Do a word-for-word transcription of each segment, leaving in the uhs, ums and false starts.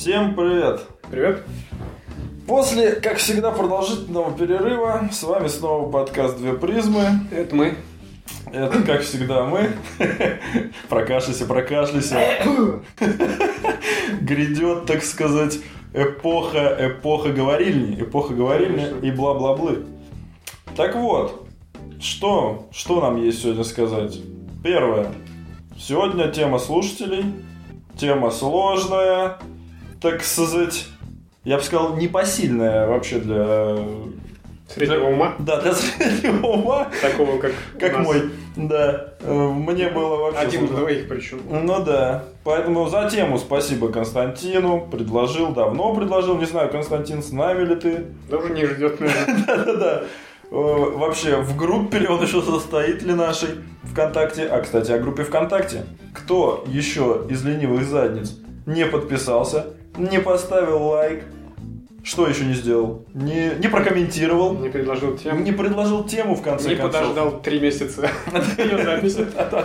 Всем привет! Привет! После, как всегда, продолжительного перерыва с вами снова подкаст «Две призмы». Это мы. Это, как всегда, мы. Прокашляйся, прокашляйся. Грядет, так сказать, эпоха, эпоха говорильни. Эпоха говорильни и бла-бла-блы. Так вот, что, что нам есть сегодня сказать? Первое. Сегодня тема слушателей. Тема сложная, так сказать, я бы сказал, непосильная вообще для... Среднего для... ума? Да, для среднего ума. Такого, как Как мой. Да. Мне было вообще... Один из двоих причем. Ну да. Поэтому за тему спасибо Константину. Предложил, давно предложил. Не знаю, Константин, с нами ли ты? Да уже не ждет, наверное. Да-да-да. Вообще, в группе ли он еще состоит ли нашей ВКонтакте? А, кстати, о группе ВКонтакте. Кто еще из ленивых задниц не подписался, не поставил лайк, что еще не сделал? Не, не прокомментировал. Не предложил тему. Не предложил тему, в конце не концов. Не подождал три месяца ее записи.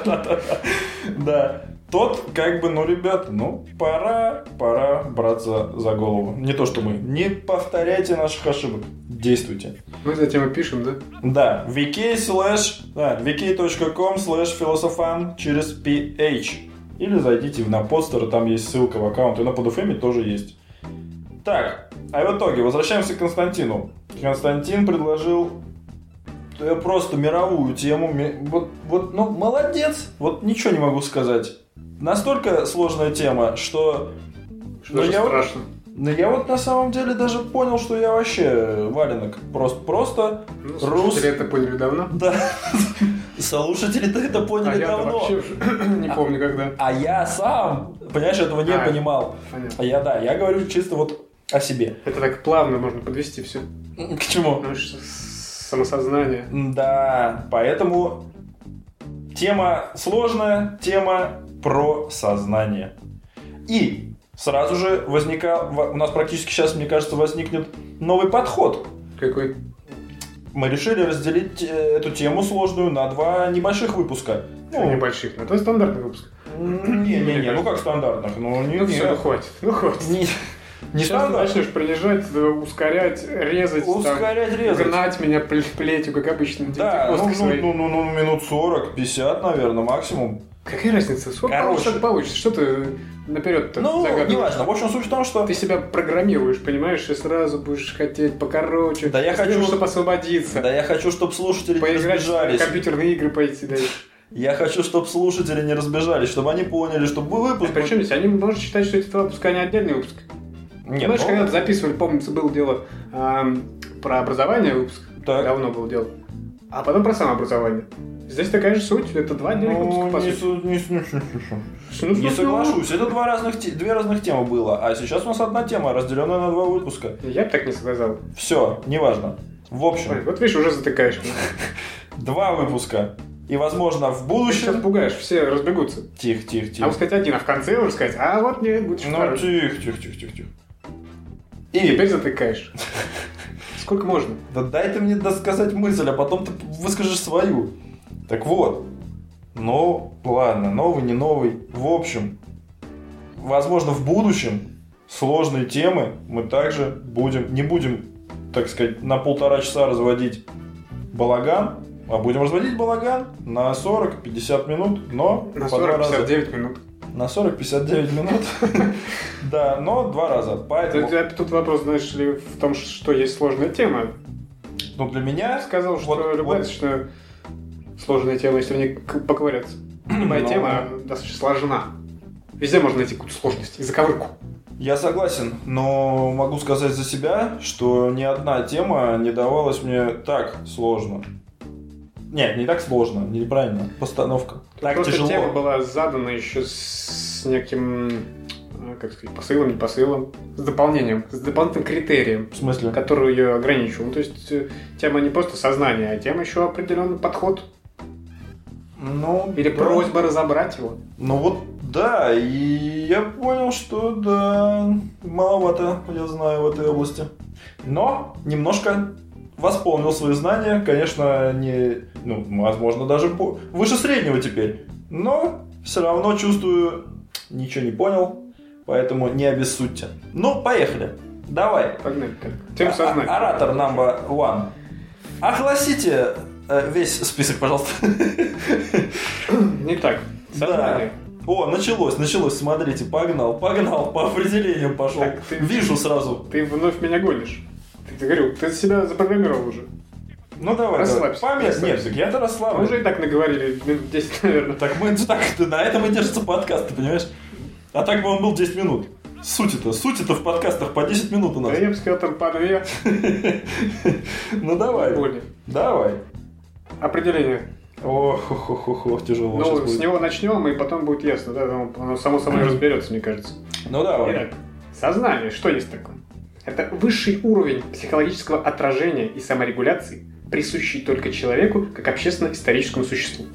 Да. Тот, как бы, ну, ребята, ну, пора, пора браться за голову. Не то, что мы. Не повторяйте наших ошибок. Действуйте. Мы за тему пишем, да? Да. vk slash, да, vk.com slash philosophan через ph. Или зайдите на подстер, там есть ссылка в аккаунт. И на PodFM тоже есть. Так, а в итоге возвращаемся к Константину. Константин предложил просто мировую тему. Вот, вот, ну, молодец. Вот ничего не могу сказать. Настолько сложная тема, что... Что даже я страшно. Вот, ну, я вот на самом деле даже понял, что я вообще валенок. Просто, просто ну, рус... Слушатели это поняли давно. Да. Слушатели-то это поняли а давно. А я вообще не помню когда. А я сам, понимаешь, этого не а, понимал. Понятно. А я, да, я говорю чисто вот о себе. Это так плавно можно подвести все. К чему? Ну, самосознание. Да, поэтому тема сложная, тема про сознание. И сразу же возникал, у нас практически сейчас, мне кажется, возникнет новый подход. Какой? Мы решили разделить эту тему сложную на два небольших выпуска. Ну, небольших, но это стандартный выпуск. Не-не-не, ну как стандартных? Ну, не, ну не, все, ну хватит, ну хватит. Не, не Сейчас ты начнешь принижать, ускорять, резать, ускорять, там, резать. Гнать меня плетью, как обычно. Да, ну, ну, ну, ну, ну, минут сорок, пятьдесят, наверное, максимум. Какая разница? Сколько Короче. так получится? Что ты наперед-то Ну, загадываешь? неважно. В общем, суть в том, что... Ты себя программируешь, понимаешь, и сразу будешь хотеть покороче. Да я хочу... чтобы освободиться. Да я хочу, чтобы слушатели Поиграть не разбежались. в компьютерные игры пойти, да. Я хочу, чтобы слушатели не разбежались, чтобы они поняли, чтобы выпуск... А причем здесь? Они могут считать, что эти два выпуска, они отдельный выпуск. Нет, Знаешь, ну... когда-то записывали, помнится, было дело эм, про образование выпуск. Так. Давно было дело. А потом про самообразование. Здесь такая же суть, это два отдельных ну, выпуска, по не, сути. не, не, не, не соглашусь, это два разных, две разных темы было, а сейчас у нас одна тема, разделенная на два выпуска. Я бы так не сказал. Все, неважно. В общем... Ой, вот видишь, уже затыкаешь. Два выпуска. И, возможно, в будущем... Ты сейчас пугаешь, все разбегутся. Тихо, тихо, тихо. А вот сказать один, а в конце уже сказать, а вот нет, будет Ну, второй. тихо, тихо, тихо, тихо, тихо. И теперь затыкаешь. Сколько можно? Да дай ты мне досказать мысль, а потом ты выскажешь свою. Так вот. Ну, ладно, новый, не новый. В общем, возможно, в будущем сложные темы мы также будем, не будем, так сказать, на полтора часа разводить балаган, а будем разводить балаган на сорок-пятьдесят минут, но на раза. сорок-пятьдесят девять минут. На сорок-пятьдесят девять минут. Да, но два раза. Поэтому... Тут вопрос, знаешь ли, в том, что есть сложная тема. Ну, для меня... Я сказал, что любая достаточно сложная тема, если в ней поковыряться. Любая тема достаточно сложна. Везде можно найти какую-то сложность и заковырку. Я согласен, но могу сказать за себя, что ни одна тема не давалась мне так сложно. Нет, не так сложно, неправильно. Постановка. Тут так просто тяжело. Тема была задана еще с неким, как сказать, посылом, не посылом, с дополнением, с дополнительным критерием. В смысле? Который ее ограничивал. То есть тема не просто сознание, а тема еще определенный подход. Ну, Или да. просьба разобрать его. Ну вот, да, и я понял, что да, маловато я знаю в этой области. Но немножко восполнил свои знания, конечно, не, ну, возможно, даже выше среднего теперь. Но все равно чувствую, ничего не понял. поэтому не обессудьте. Ну, поехали. Давай. Погнали. Тем сознания. Оратор number one. Огласите э, весь список, пожалуйста. Не так. Сознание. Да. О, началось, началось. Смотрите, погнал, погнал, по определениям пошел. Так, ты, Вижу сразу. Ты вновь меня гонишь. Ты, ты говорил, ты себя запрограммировал уже. Ну давай, расслабься. Память, нет, так я-то расслаблен. Мы уже и так наговорили минут десять, наверное. Так мы так, на этом и держится подкаст, ты понимаешь? А так бы он был десять минут. Суть-то, суть-то в подкастах по десять минут у нас. Да я бы сказал, там по две. Ну давай. Давай. Определение. Ох, ох, ох, ох, ох, тяжело. Ну, с него начнем, и потом будет ясно, да, оно само собой разберется, мне кажется. Ну давай. Итак, сознание, что есть такое? Это высший уровень психологического отражения и саморегуляции, присущий только человеку как общественно-историческому существу.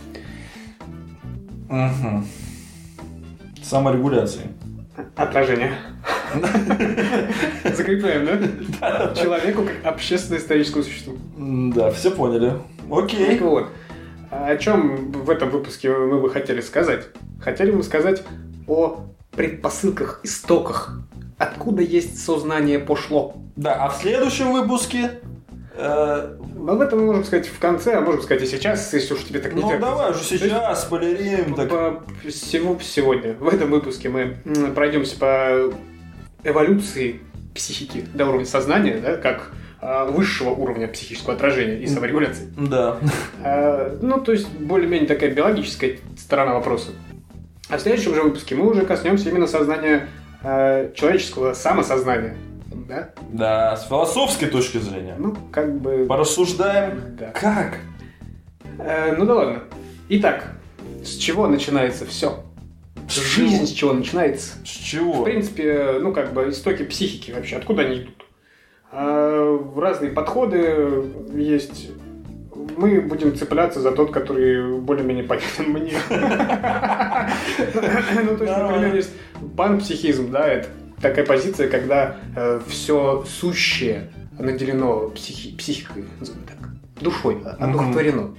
Угу. Саморегуляции. Отражение. Закрепляем, да? Человеку как общественно-историческому существу. Да, все поняли. Окей. Так вот. О чем в этом выпуске мы бы хотели сказать? Хотели бы сказать о предпосылках, истоках. Откуда есть сознание пошло. Да, а в следующем выпуске... Э... Об этом мы можем сказать в конце, а можем сказать и сейчас, если уж тебе так не Ну терпится. давай уже сейчас, спойлерим. Так... По... Сегодня, в этом выпуске мы пройдемся по эволюции психики до уровня сознания, да, как высшего уровня психического отражения и саморегуляции. Да. А, ну, то есть, более-менее такая биологическая сторона вопроса. А в следующем же выпуске мы уже коснемся именно сознания э, человеческого самосознания. Да? Да, с философской точки зрения. Ну, как бы... Порассуждаем. Да. Как? Э, ну да ладно. Итак, с чего начинается все? С Жизнь чего? с чего начинается? С чего? В принципе, ну как бы истоки психики вообще, откуда они идут? Разные подходы есть. Мы будем цепляться за тот, который более-менее понятен мне. Ну, то есть, например, есть панпсихизм, да, это такая позиция, когда все сущее наделено психикой, душой, одухотворено.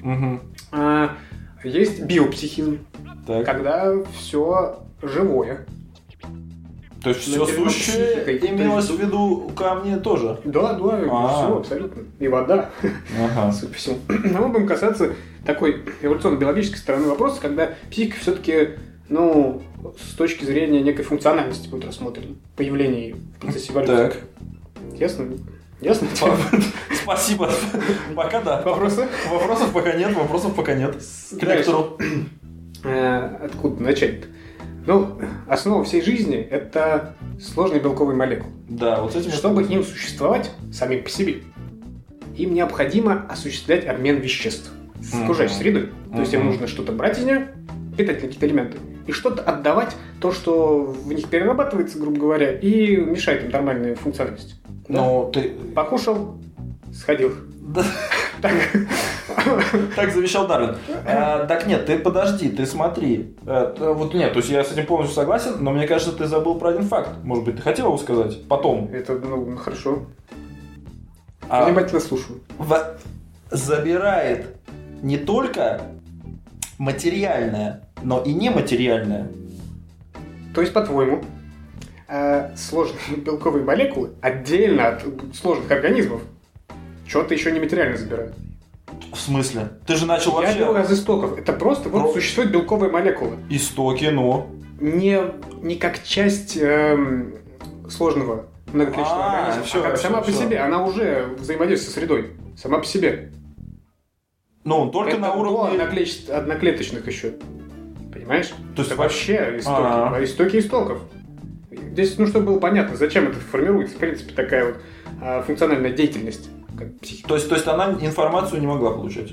Есть биопсихизм, когда все живое. То есть все сущее имелось в виду камни тоже? Да, да, все абсолютно. И вода. Ага. Судя по всему. Но мы будем касаться такой эволюционно-биологической стороны вопроса, когда психика все-таки, ну, с точки зрения некой функциональности будет рассмотрена. Появление в процессе эволюции. Так. Ясно? Ясно? Спасибо. Пока да. Вопросы? Вопросов пока нет, вопросов пока нет. К лектору. Откуда начать-то? Ну, основа всей жизни – это сложные белковые молекулы. Да, вот этим. Чтобы им существовать самим по себе, им необходимо осуществлять обмен веществ с окружающей средой. Uh-huh. То есть им нужно что-то брать из нее, питательные какие-то элементы, и что-то отдавать, то, что в них перерабатывается, грубо говоря, и мешает им нормальной функциональности. Но да? ты... Покушал, сходил. Да. Так. Так завещал Дарвин. А, так нет, ты подожди, ты смотри. А, вот нет, то есть я с этим полностью согласен, но мне кажется, ты забыл про один факт. Может быть, ты хотел его сказать потом? Это, ну, хорошо. А, внимательно слушаю. В... Забирает не только материальное, но и нематериальное. То есть, по-твоему, сложные белковые молекулы отдельно от сложных организмов что-то еще нематериально забирают. В смысле? Ты же начал вообще... Я говорю из истоков. Это просто вот Про... существует белковая молекула. Истоки, ну... Не, не как часть эм, сложного многоклеточного А, организма, все, а как все, сама все. по себе. Она уже взаимодействует со средой. Сама по себе. Ну, только это на уровне... одноклеточ... одноклеточных еще. Понимаешь? То есть это вообще истоки. А-а-а. Истоки истоков. Здесь, ну, чтобы было понятно, зачем это формируется, в принципе, такая вот а, функциональная деятельность. То есть, то есть она информацию не могла получать?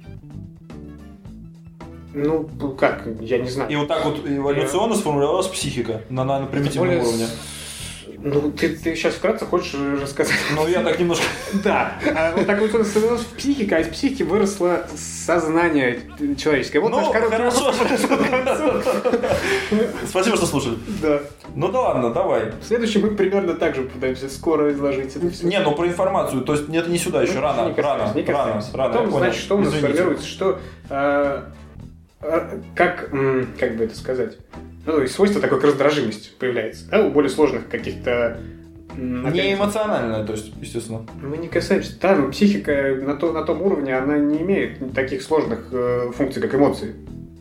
Ну, как, я не знаю. И вот так вот эволюционно я... сформировалась психика на, на примитивном более... уровне. Ну, ты, ты сейчас вкратце хочешь рассказать? Ну, я так немножко... Да. Вот так вот сформировалась психика, а из психики выросло сознание человеческое. Вот ну, хорошо. Спасибо, что слушали. Да. Ну да ладно, давай. В следующем мы примерно так же пытаемся скоро изложить это все. Не, ну про информацию, то есть нет, не сюда еще, ну, рано, не касаемся, рано, не рано, рано. Потом, значит, что у нас Извините. формируется, что, э, как, как бы это сказать, Ну, то есть свойство такое, как раздражимость появляется. Да, у более сложных каких-то... Не эмоциональное, то есть, естественно. Мы не касаемся. Там психика на, то, на том уровне, она не имеет таких сложных э, функций, как эмоции.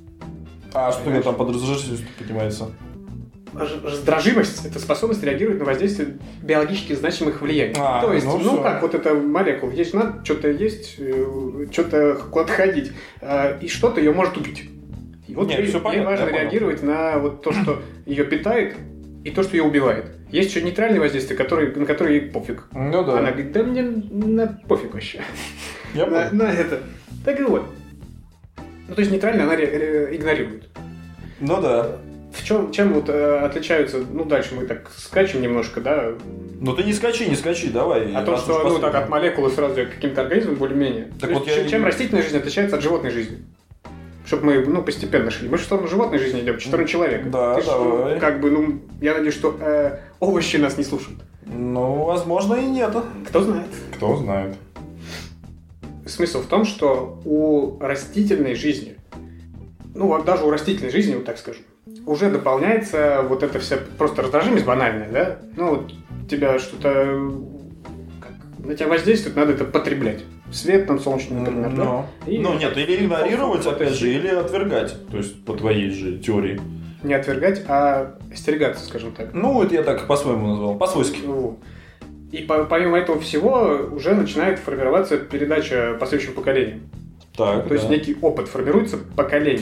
А что у меня там под раздражительностью поднимается? Раздражимость – это способность реагировать на воздействие биологически значимых влияний. А, то есть, ну, ну как вот эта молекула, есть надо, что-то есть, что-то куда-то ходить, и что-то ее может убить. И вот Нет, ей, все понятно, ей важно реагировать на вот то, что ее питает, и то, что ее убивает. Есть еще нейтральные воздействия, которые, на которые ей пофиг. Ну да. Она говорит, да мне на пофиг вообще. Я на, на это. Так и вот. Ну, то есть нейтрально она ре- ре- игнорирует. Ну да. В чем, чем вот э, отличаются, ну дальше мы так скачем немножко, да? Ну ты не скачи, не скачи, давай. А то, что ну, так, от молекулы сразу к каким-то организмам более-менее. Так то вот есть, я... Чем растительная жизнь отличается от животной жизни? Чтобы мы ну, постепенно шли. Мы же в сторону животной жизни идем, в сторону человека. Да, ты давай. Ж, как бы, ну, я надеюсь, что э, овощи нас не слушают. Ну, возможно, и нет. Кто знает. Кто знает. Смысл в том, что у растительной жизни, ну, вот даже у растительной жизни, вот так скажу, уже дополняется вот эта вся просто раздражимость банальная, да? Ну, вот тебя что-то... Как, на тебя воздействует, надо это потреблять. Свет там солнечный, например, но, да? И, ну, нет, или игнорировать, фото, опять же, или отвергать. То есть, по твоей же теории. Не отвергать, а остерегаться, скажем так. Ну, это я так по-своему назвал, по-свойски. Вот. И по- помимо этого всего уже начинает формироваться передача последующим поколениям. Так, То да. есть некий опыт формируется поколений.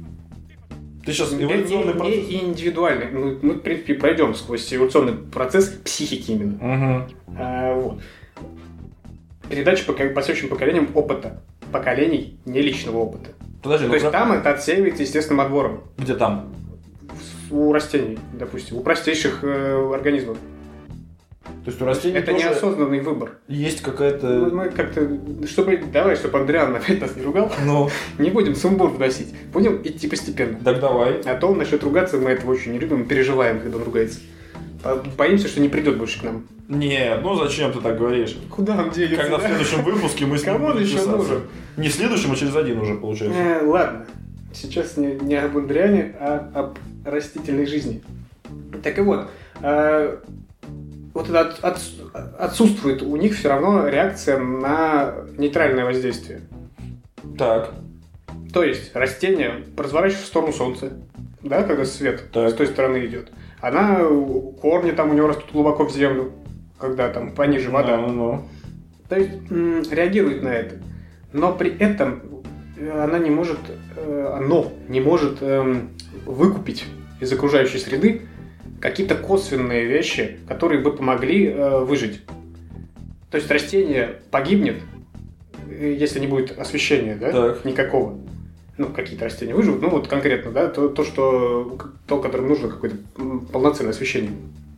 Ты сейчас не, эволюционный не, процесс. не индивидуальный. Мы, мы, в принципе, пройдем сквозь эволюционный процесс психики именно. Угу. А, вот. Передача пока- последующим поколениям опыта. Поколений не личного опыта. Подожди, То ну есть про... там это отсеивается естественным отбором. Где там? У растений, допустим, у простейших э, организмов. То есть у растений Это тоже неосознанный выбор. есть какая-то... Мы, мы как-то, чтобы, давай, чтобы Андриан опять нас не ругал, Ну, не будем сумбур вносить. Будем идти постепенно. так давай. А то он начнет ругаться, мы этого очень не любим, мы переживаем, когда он ругается. По- Боимся, что не придет больше к нам. Не, ну зачем ты так говоришь? Куда он денется? Когда в следующем выпуске мы с ним Кому он будем еще писаться. нужен? Не в следующем, а через один уже получается. Э, ладно. Сейчас не, не об Андриане, а об растительной жизни. Так и вот, э, вот это от- от- отсутствует у них все равно реакция на нейтральное воздействие. Так. То есть растение разворачивается в сторону солнца, да, когда свет Так. с той стороны идет. Она, корни там у него растут глубоко в землю, когда там пониже вода. Ну, ну. То есть м, реагирует на это. Но при этом она не может, э, оно не может эм, выкупить из окружающей среды какие-то косвенные вещи, которые бы помогли э, выжить. То есть растение погибнет, э, если не будет освещения, да? Так. Никакого. Ну, какие-то растения выживут, ну вот конкретно, да, то, то что, то, которому нужно какое-то м, полноценное освещение.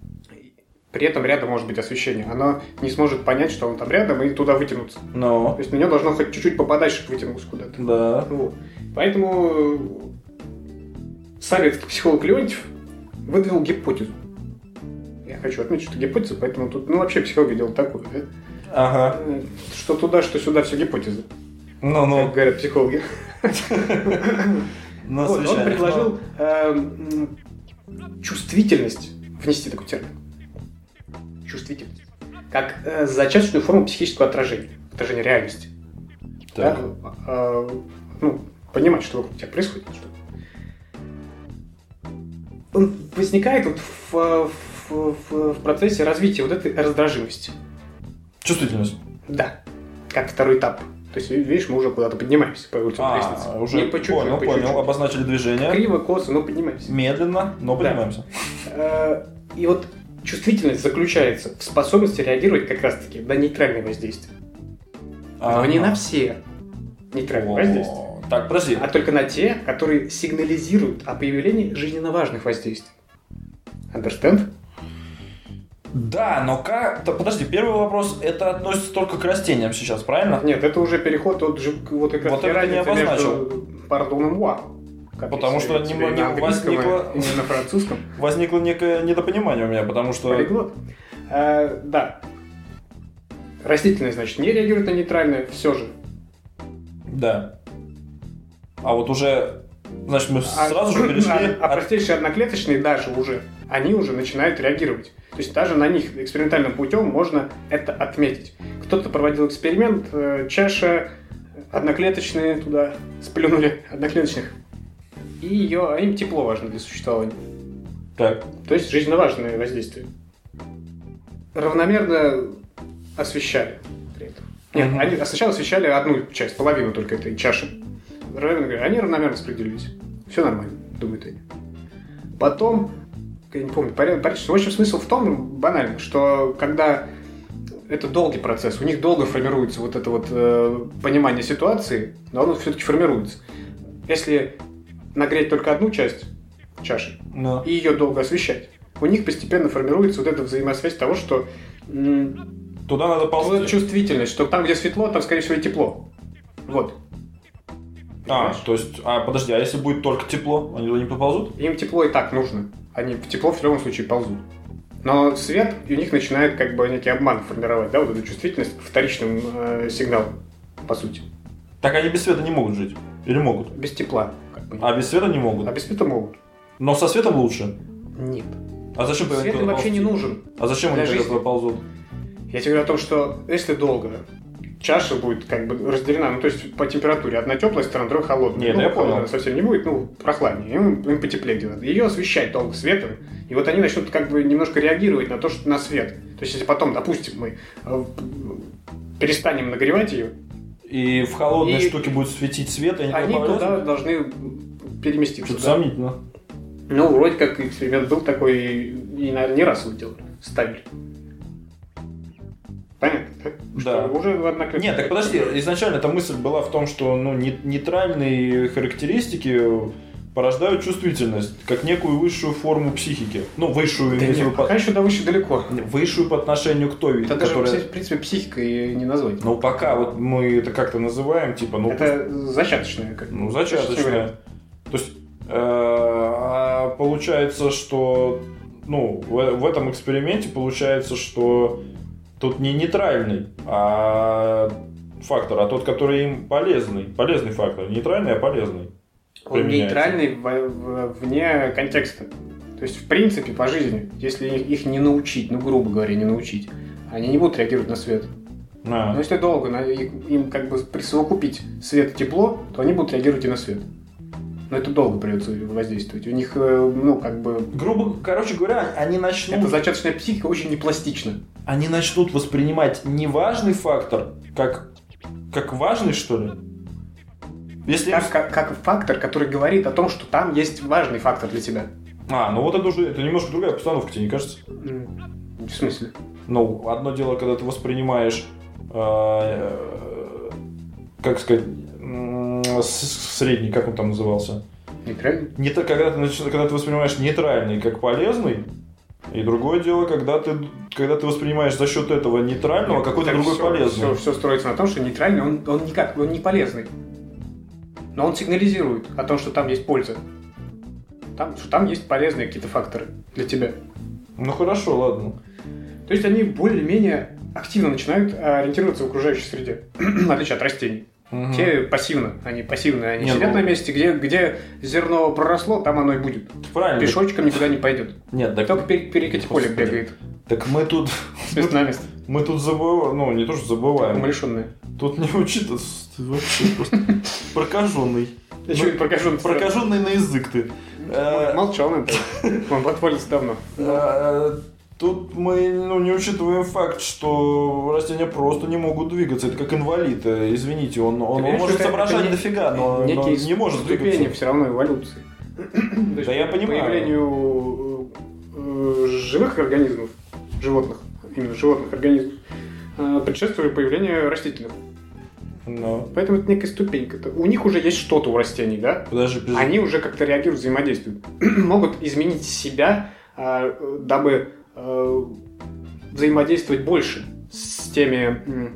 При этом рядом может быть освещение. Оно не сможет понять, что он там рядом, и туда вытянуться. Ну. То есть на него должно хоть чуть-чуть попадать, чтобы вытянулся куда-то. Да. Вот. Поэтому советский психолог Леонтьев выдвинул гипотезу. Я хочу отметить, что гипотеза, поэтому тут, ну, вообще психология дело такое, да? Ага. Что туда, что сюда, все гипотезы. Ну-ну. Как говорят психологи. На Вот, он совещаниях, предложил э, м, чувствительность внести такой термин. Чувствительность. Как э, зачаточную форму психического отражения. Отражения реальности. Так. Да? Э, ну, понимать, что вокруг тебя происходит. Что... Он возникает вот в, в, в, в процессе развития вот этой раздражимости. Чувствительность. Да. Как второй этап. То есть, видишь, мы уже куда-то поднимаемся по эволюционной лестнице. А, уже Не по чуть-чуть, понял, по понял. чуть-чуть. Обозначили движение. Криво, косо, но поднимаемся. Медленно, но Да. поднимаемся. Э, И вот чувствительность заключается в способности реагировать как раз-таки на нейтральные воздействия. Но не на все нейтральные воздействия, Так, подожди. а только на те, которые сигнализируют о появлении жизненно важных воздействий. Understand? Да, но как... Да, подожди, первый вопрос, это относится только к растениям сейчас, правильно? Нет, это уже переход от жив- вот как раз Вот те это ты не разницы обозначил. между pardon et moi. Как Потому если что тебе не- на английском возникло- и на французском. Возникло некое недопонимание у меня, потому что... Полиглот. А, да. Растительное, значит, не реагирует на нейтральное, все же. Да. А вот уже Значит, мы А, сразу же перешли... а, а от- простейшие одноклеточные даже уже, они уже начинают реагировать. То есть даже на них экспериментальным путем можно это отметить. Кто-то проводил эксперимент, э, чаша, одноклеточные туда сплюнули, одноклеточных. И ее, им тепло важно для существования. Так. То есть жизненно важное воздействие. Равномерно освещали при этом. Нет, Мгм. они сначала освещали одну часть, половину только этой чаши. Равномерно, говорю, они равномерно распределились. Все нормально, думают они. Потом, я не помню, порядок, порядок, в общем, смысл в том, банально, что когда это долгий процесс, у них долго формируется вот это вот э, понимание ситуации, но оно все-таки формируется. Если нагреть только одну часть чаши Ну. и ее долго освещать, у них постепенно формируется вот эта взаимосвязь того, что м, Туда надо вот ползти. эта чувствительность, что там, где светло, там, скорее всего, и тепло. Вот. А, Понимаешь? то есть, а подожди, а если будет только тепло, они туда не поползут? Им тепло и так нужно. Они в тепло в любом случае ползут. Но свет у них начинает как бы некий обман формировать, да, вот эту чувствительность к вторичным э, сигналам, по сути. Так они без света не могут жить? Или могут? Без тепла. Как бы. А без света не могут? А без света могут. Но со светом лучше? Нет. А зачем они Свет туда им вообще не ползти? нужен. А зачем для они тогда жизни. туда ползут? Я тебе говорю о том, что если долго, чаша будет как бы разделена, ну то есть по температуре. Одна теплая сторона, другая холодная. Нет, ну, я холодная понял. совсем не будет, ну, прохладнее. Им, им потеплее делать. Ее освещать долго светом. И вот они начнут как бы немножко реагировать на то, что на свет. То есть, если потом, допустим, мы э, перестанем нагревать ее, И в холодной И- штуке будет светить свет, и они, они туда туда полезут? должны переместиться. Что-то да. сомнительно. Ну, вроде как эксперимент был такой, и, и, наверное, не раз его делали, ставили. Понятно, да? Да. Что уже в одноклеточном- Нет, так подожди, изначально эта мысль была в том, что ну, не- нейтральные характеристики порождают чувствительность, как некую высшую форму психики. Ну, высшую, Да имеется в нет, виду, по- пока еще до выше далеко. высшую по отношению к той, Это даже, которая... в принципе, психикой не назвать. Ну, пока вот мы это как-то называем, типа, ну, Это зачаточное. Как... ну Зачаточный зачаточная. вариант. То есть, э, а получается, что, ну, в, в этом эксперименте получается, что тут не нейтральный а фактор, а тот, который им полезный. Полезный фактор. Не нейтральный, а полезный. Он применяется. нейтральный в- в- вне контекста. То есть, в принципе, по жизни, если их их не научить, ну, грубо говоря, не научить, они не будут реагировать на свет. А. Но если долго на- их- им как бы присовокупить свет и тепло, то они будут реагировать и на свет. Но это долго придется воздействовать. У них, э, ну, как бы... Грубо, короче говоря, они начнут, Эта зачаточная психика очень непластична. они начнут воспринимать неважный фактор как, как важный, что ли? Если им- Как, как, как фактор, который говорит о том, что там есть важный фактор для тебя. А, ну вот это уже это немножко другая постановка, тебе не кажется? М, В смысле? Ну, одно дело, когда ты воспринимаешь, э, э, как сказать, м, с- средний, как он там назывался? Нейтральный? Не то, когда ты, нач- когда ты воспринимаешь нейтральный как полезный, и другое дело, когда ты, когда ты воспринимаешь за счет этого нейтрального какой-то другой полезный. Все, все строится на том, что нейтральный, он, он никак, он не полезный. Но он сигнализирует о том, что там есть польза. Там, что там есть полезные какие-то факторы для тебя. Ну хорошо, ладно. То есть они более-менее активно начинают ориентироваться в окружающей среде, в отличие от растений. Мгм. Те пассивно, они пассивные, они Не, сидят ну- на месте, где, где зерно проросло, там оно и будет. Правильно. Пешочком никуда не пойдет. Нет, так, Только пере- перекати поле Господи. бегает. так мы тут, С места на место. мы тут забываем, ну не то, что забываем, Умалишенные. тут не учит, ты вообще просто прокаженный. Я что, прокажу? Прокаженный на язык ты. Э, Молчал на это. Он отвалился давно. э, Тут мы ну, не учитываем факт, что растения просто не могут двигаться. Это как инвалид. Э, Извините, он, он, он понимаешь, может это- соображать это не- дофига, но, но Некие не может ступени двигаться. все равно эволюции. То есть Да я понимаю. Появлению э, живых организмов, животных, именно животных организмов, э, предшествовали появлению растительных. Но, Поэтому это некая ступенька. Это- У них уже есть что-то у растений, да? подожди, подожди. Они уже как-то реагируют, взаимодействуют. Могут изменить себя, э, дабы э, взаимодействовать больше с теми м,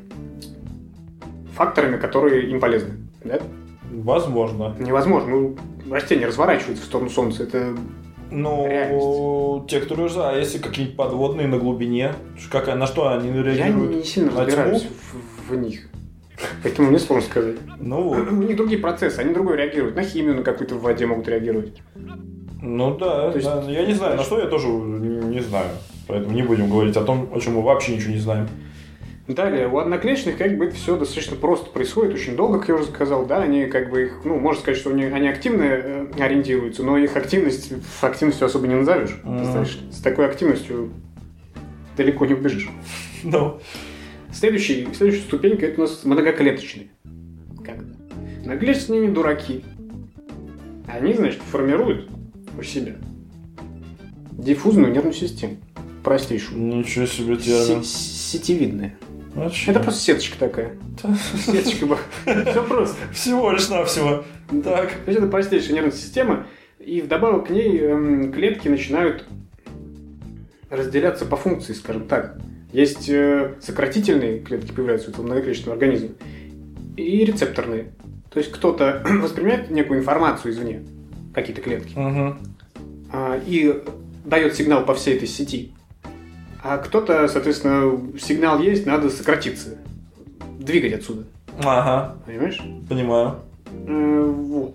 факторами, которые им полезны. Да? Возможно. Невозможно. Ну, растения разворачиваются в сторону Солнца. Это Ну, Реальность. те, которые же, а если какие-нибудь подводные на глубине, Ш- какая, на что они я реагируют? не сильно На разбираюсь тьму? в, в них. Поэтому мне сложно сказать. Ну вот. У них другие процессы, они другой реагируют. На химию, на какую-то в воде могут реагировать. Ну да, То есть- да. Я не знаю, на что я тоже не знаю. Поэтому не будем говорить о том, о чем мы вообще ничего не знаем. Далее, у одноклеточных как бы это все достаточно просто происходит, очень долго, как я уже сказал, да, они как бы их, ну, можно сказать, что они, они активно э, ориентируются, но их активность, активностью особо не назовешь. Мгм. Знаешь, с такой активностью далеко не убежишь. Ну. Следующий, следующая ступенька это у нас многоклеточные. Когда? Многоклеточные не дураки. Они, значит, формируют у себя диффузную нервную систему. Простейшую. Ничего себе термин. Се- Сетевидная. Вообще. Это просто сеточка такая. Сеточка. Все просто. Всего лишь навсего. Так. То есть это простейшая нервная система, и вдобавок к ней эм, клетки начинают разделяться по функции, скажем так. Есть э, сократительные клетки, появляются в этом многоклеточном организме, и рецепторные. То есть кто-то воспринимает некую информацию извне, какие-то клетки, Угу. а, и дает сигнал по всей этой сети. А кто-то, соответственно, сигнал есть, надо сократиться, двигать отсюда. Ага. Понимаешь? Понимаю. Э, Вот.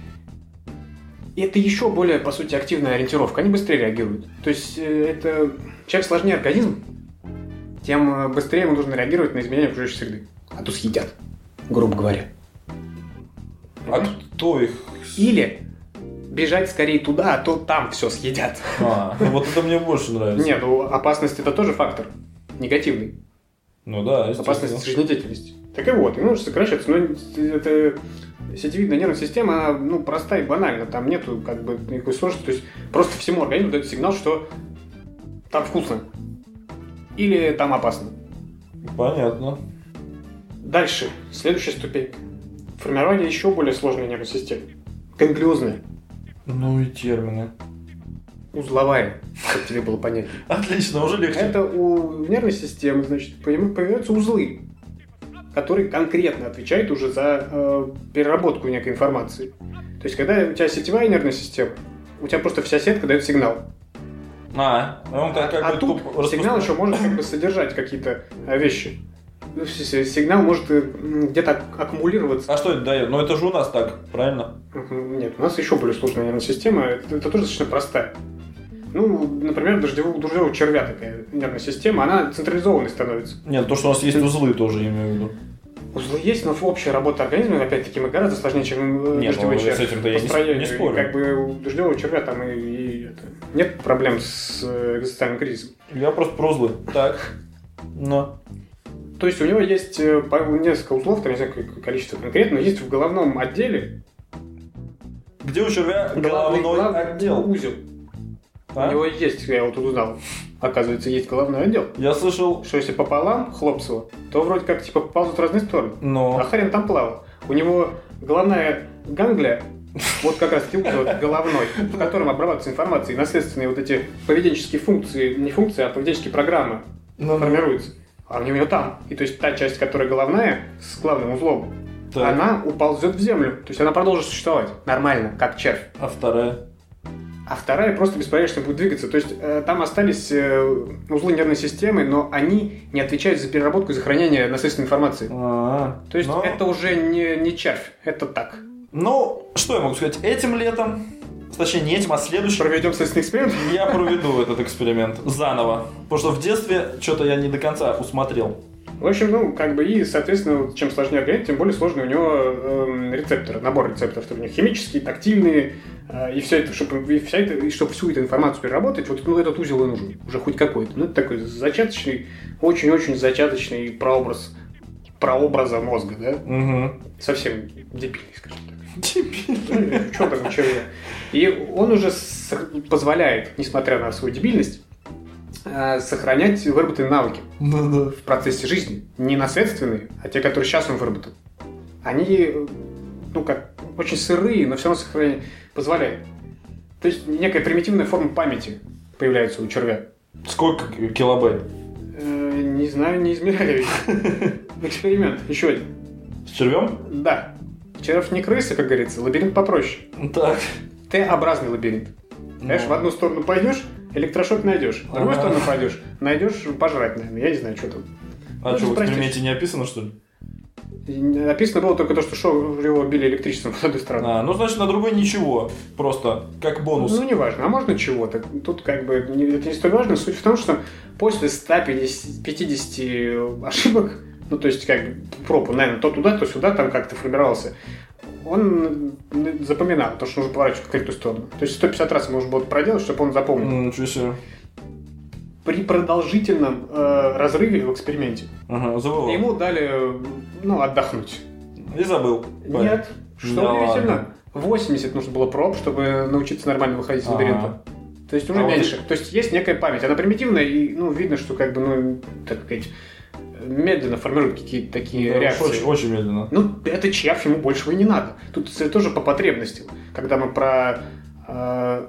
И это еще более, по сути, активная ориентировка. Они быстрее реагируют. То есть, э, это... Чем сложнее организм, тем э, быстрее ему нужно реагировать на изменения окружающей среды. А то съедят, грубо говоря. А кто их... Или бежать скорее туда, а то там все съедят. А, ну вот это мне больше нравится. Нет, ну опасность это тоже фактор. Негативный. Ну да, естественно. Опасность жизнедеятельности. Так и вот, и нужно сокращаться. Но это сетевидная нервная система, она, ну, простая и банальна. Там нету как бы никакой сложности. То есть просто всему организму дает сигнал, что там вкусно. Или там опасно. Понятно. Дальше. Следующая ступенька. Формирование еще более сложной нервной системы. Ганглиозная. Ну и термины. Узловая, чтобы тебе было понятнее. Отлично, уже легче. Это у нервной системы, значит, появляются узлы, которые конкретно отвечают уже за э, переработку некой информации. То есть, когда у тебя сетевая нервная система, у тебя просто вся сетка дает сигнал. А, он как, как а бы тут тупо сигнал еще может как бы содержать какие-то э, вещи. Ну, сигнал может э, где-то ак- аккумулироваться. А что это дает? Ну это же у нас так, правильно? Нет, у нас еще более сложная нервная система, это, это тоже достаточно простая. Ну, например, дождевого, дождевого червя такая нервная система, она централизованной становится. Нет, то, что у нас есть узлы тоже, я имею в виду. Узлы есть, но общая работа организма, опять-таки, мы гораздо сложнее, чем Нет, дождевой ну, червь. с этим-то я не- По строению. не спорю. И как бы у дождевого червя там и, и это, нет проблем с э, экзистенциальным кризисом. Я просто про узлы. Так. Ну. То есть у него есть э, по- несколько узлов, там не знаю, какое количество конкретно, есть в головном отделе Где у червя головной, головной главный отдел? узел. А? У него есть, я вот тут узнал, оказывается, есть головной отдел. Я слышал, Что если пополам хлопцево, то вроде как типа ползут в разные стороны. но... А хрен там плавал. У него головная ганглия, вот как раз таки узел головной, в котором обрабатывается информация, и наследственные вот эти поведенческие функции, не функции, а поведенческие программы Ну, формируются. А у него там. И то есть та часть, которая головная, с главным узлом, так. она уползет в землю. То есть она продолжит существовать нормально, как червь. А вторая? А вторая просто беспорядочно будет двигаться. То есть э, там остались э, узлы нервной системы, но они не отвечают за переработку и за хранение наследственной информации. А, То есть ну, это уже не, не червь, это так. Ну, что я могу сказать? Этим летом, точнее не этим, а следующим, Проведем следственный эксперимент. я проведу этот эксперимент заново. Потому что в детстве что-то я не до конца усмотрел. В общем, ну, как бы, и, соответственно, вот чем сложнее организм, тем более сложный у него эм, рецепторы, набор рецепторов. У него химические, тактильные, э, и все это, чтобы, и вся это, и чтобы всю эту информацию переработать, вот ну, этот узел и нужен, уже хоть какой-то. Ну, это такой зачаточный, очень-очень зачаточный прообраз, прообраза мозга, да? Угу. Совсем дебильный, скажем так. Дебильный. Ну, что там, червя. И он уже с- позволяет, несмотря на свою дебильность, э, сохранять выработанные навыки Ну да. в процессе жизни. Не наследственные, а те, которые сейчас он выработал. Они, ну как, очень сырые, но все равно сохранение позволяет. То есть некая примитивная форма памяти появляется у червя. Сколько килобайт? Э, не знаю, не измеряю. Эксперимент. Еще один. С червем? Да. Червь не крыса, как говорится, лабиринт попроще. Так. Т-образный лабиринт. Знаешь, Ну. в одну сторону пойдешь, электрошок найдешь. В другую Ага. сторону пойдешь, найдешь пожрать, наверное. Я не знаю, что там. А Ну, что, в простите. эксперименте не описано, что ли? Написано было только то, что шоу его били электричеством с одной стороны. А, ну, значит, на другой ничего. Просто как бонус. Ну, не важно. А можно чего-то? Тут как бы не, это не столь важно. Суть в том, что после ста пятидесяти ошибок, ну, то есть, как бы, проб, наверное, то туда, то сюда, там как-то формировался, он запоминал то, что нужно поворачивать в какую-то сторону. То есть, сто пятьдесят раз можно было проделать, чтобы он запомнил. Mm, ничего себе. При продолжительном э, разрыве в эксперименте ага, ему дали, ну, отдохнуть. И забыл. Нет. Что да удивительно, ладно. восемьдесят нужно было проб, чтобы научиться нормально выходить из лабиринта. То есть уже а меньше. Вот... То есть есть некая память. Она примитивная, и ну, видно, что как бы, ну, так сказать, медленно формируют какие-то такие да, реакции. Очень, очень медленно. Ну, это червь, ему большего и не надо. Тут тоже по потребностям. Когда мы про... Э,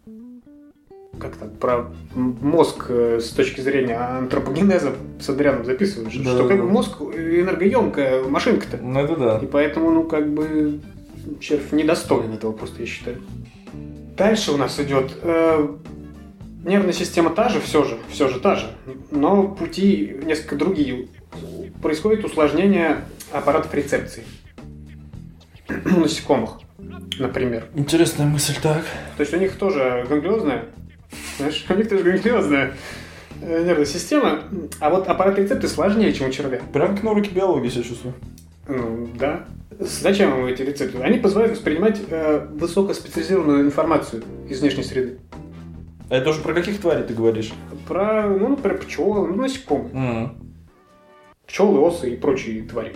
как там, про мозг э, с точки зрения антропогенеза с Адрианом записываешь, да, что да, как да. бы мозг энергоемкая машинка-то. Ну, это да. И поэтому, ну, как бы червь недостоин этого просто, я считаю. Дальше у нас идет э, нервная система та же, все же, все же та же, но пути несколько другие. Происходит усложнение аппаратов рецепции у насекомых, например. Интересная мысль, так. То есть у них тоже ганглиозная, знаешь, у них тоже ганглиозная нервная система, а вот аппарат рецепции сложнее, чем у червя. Прям как на уроке биологии себя чувствую. Ну, да. Зачем им эти рецепторы? Они позволяют воспринимать э, высокоспециализированную информацию из внешней среды. А это уже про каких тварей ты говоришь? Про, ну, про пчел, ну, насекомых. Mm-hmm. Пчелы, осы и прочие твари.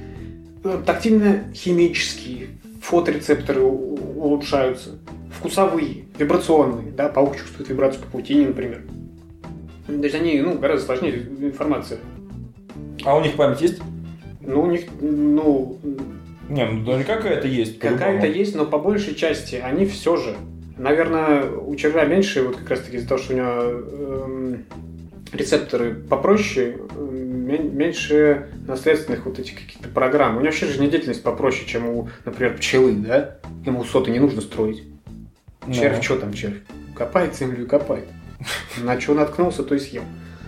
Тактильно-химические фоторецепторы улучшаются. Вкусовые, вибрационные. Да, паук чувствует вибрацию по паутине, например. То есть они, ну, гораздо сложнее информация. А у них память есть? Ну, у них, ну... Не, ну да какая-то есть. Какая-то есть, но по большей части они все же. Наверное, у червя меньше, вот как раз-таки из-за того, что у него э, рецепторы попроще, э, меньше наследственных вот этих каких-то программ. У него вообще жизнедеятельность попроще, чем у, например, пчелы, да? Ему соты не нужно строить. Червь, что там червь? Копает землю и копает. На что наткнулся, то и съел.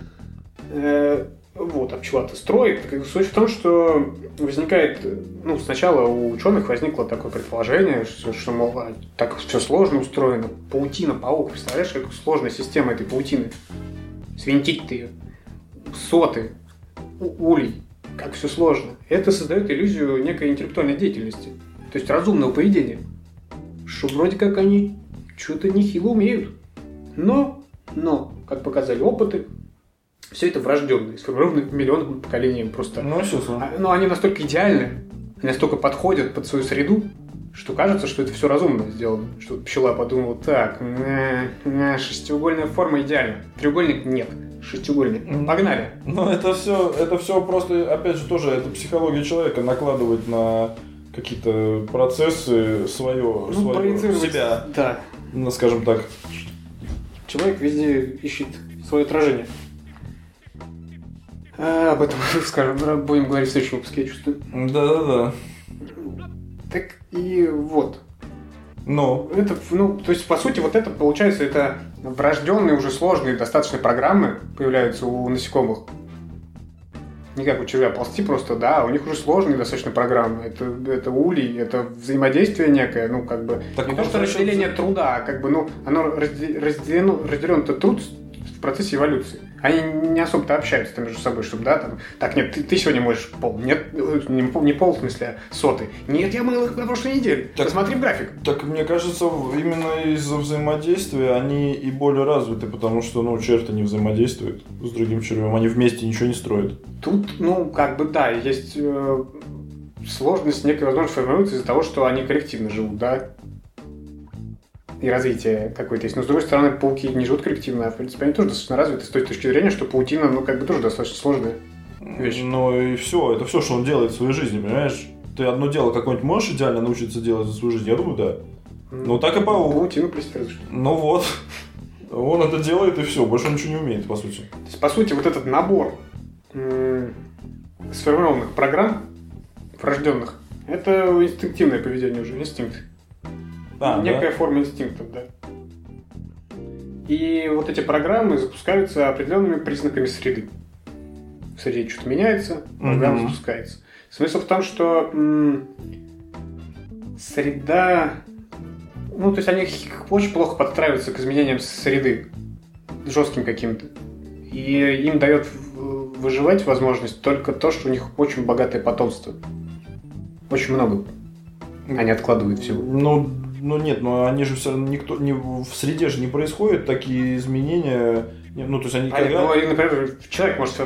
Вот, а пчела-то строит. Суть в том, что возникает, ну, сначала у ученых возникло такое предположение, что, что мол, так все сложно устроено. Паутина, паук, представляешь, какая сложная система этой паутины. Свинтить-то ее. Соты, улей, как все сложно. Это создает иллюзию некой интеллектуальной деятельности. То есть разумного поведения. Что вроде как они что-то нехило умеют. Но, но, как показали опыты, все это врожденные, сформированы миллионным поколением просто. Ну, все, но они настолько идеальны, настолько подходят под свою среду, что кажется, что это все разумно сделано. Что пчела подумала, так, шестиугольная форма идеальна. Треугольник нет. Шестиугольник. Погнали. Ну, это все, это все просто, опять же, тоже это психология человека накладывает на какие-то процессы свое, ну, свое себя. Да. Ну, скажем так. Человек везде ищет свое отражение. А, об этом, скажем, будем говорить в следующем выпуске, я чувствую. Да-да-да. Так и вот. Ну. Это, ну, то есть, по сути, вот это, получается, это врожденные, уже сложные достаточно программы появляются у насекомых. Не как у червя ползти просто, да, у них уже сложные достаточно программы. Это, это улей, это взаимодействие некое, ну, как бы, так не то, что разделение труда, а как бы, ну, оно разделено, разделен-то труд в процессе эволюции. Они не особо-то общаются там между собой, чтобы, да, там, так, нет, ты, ты сегодня моешь пол. Нет, не, не пол, в смысле, а соты. Нет, я мыл их на прошлой неделе. Так, посмотри в график. Так, мне кажется, именно из-за взаимодействия они и более развиты, потому что, ну, червь-то не взаимодействует с другим червем, они вместе ничего не строят. Тут, ну, как бы, да, есть э, сложность некой возможности формируется из-за того, что они коллективно живут, да, и развитие какое-то есть. Но, с другой стороны, пауки не живут коллективно, а, в принципе, они тоже достаточно развиты с той точки зрения, что паутина, ну, как бы тоже достаточно сложная вещь. Ну, и все, это все, что он делает в своей жизни, понимаешь? Ты одно дело какое-нибудь можешь идеально научиться делать за свою жизнь? Я думаю, да. Ну, так и паук. Паутину плести разве что. Ну, вот. Он это делает, и все, больше ничего не умеет, по сути. То есть, по сути, вот этот набор м- сформированных программ, врожденных, это инстинктивное поведение уже, инстинкт. А, некая да? форма инстинктов, да. И вот эти программы запускаются определенными признаками среды. В среде что-то меняется, программа mm-hmm. запускается. Смысл в том, что м- среда... Ну, то есть они очень плохо подстраиваются к изменениям среды. Жестким каким-то. И им дает выживать возможность только то, что у них очень богатое потомство. Очень много. Они откладывают всего. Ну, ну нет, но они же все равно никто не в среде же не происходят такие изменения. Ну, то есть они а, когда... ну, например, человек может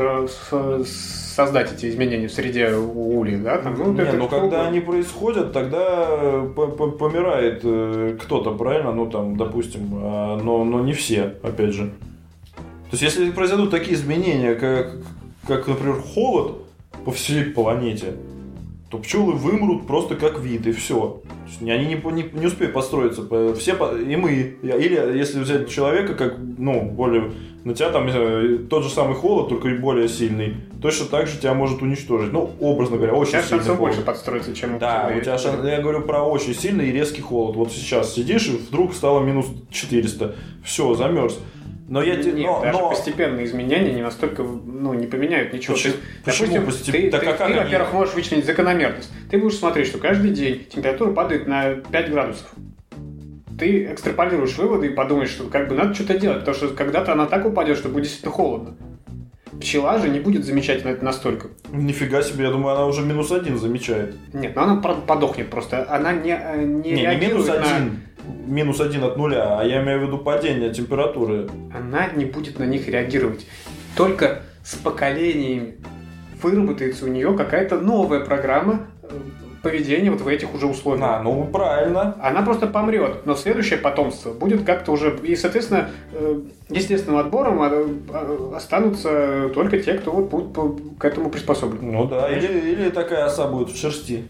создать эти изменения в среде у Ули, да? Там, ну, не, это ну когда они происходят, тогда помирает кто-то, правильно? Ну, там, допустим, но, но не все, опять же. То есть, если произойдут такие изменения, как, как, например, холод по всей планете, то пчелы вымрут просто как вид, и все. Они не, не, не успеют построиться. Все, и мы. Или если взять человека, как, ну, более... На тебя там тот же самый холод, только и более сильный. Точно так же тебя может уничтожить. Ну, образно говоря, очень сильный холод. У тебя шансов больше подстроиться, чем... Да, у тебя шанс... Я говорю про очень сильный и резкий холод. Вот сейчас сидишь, и вдруг стало минус четыреста. Все, замерз. Но я Нет, но, даже но... постепенные изменения не настолько, ну, не поменяют ничего. Почему? Ты, Почему допустим, постеп... ты, да ты, как ты они... во-первых, можешь вычленить закономерность. Ты будешь смотреть, что каждый день температура падает на пять градусов. Ты экстраполируешь выводы и подумаешь, что как бы надо что-то делать, потому что когда-то она так упадет, что будет действительно холодно. Пчела же не будет замечать на это настолько. Нифига себе, я думаю, она уже минус один замечает. Нет, но она подохнет просто. Она не, не, не, не минус на... один. Минус один от нуля, а я имею в виду падение температуры. Она не будет на них реагировать. Только с поколениями выработается у нее какая-то новая программа поведения вот в этих уже условиях. А, ну правильно. Она просто помрет, но следующее потомство будет как-то уже... И, соответственно, естественным отбором останутся только те, кто вот будет к этому приспособлен. Ну да, или, или такая оса будет в шерсти.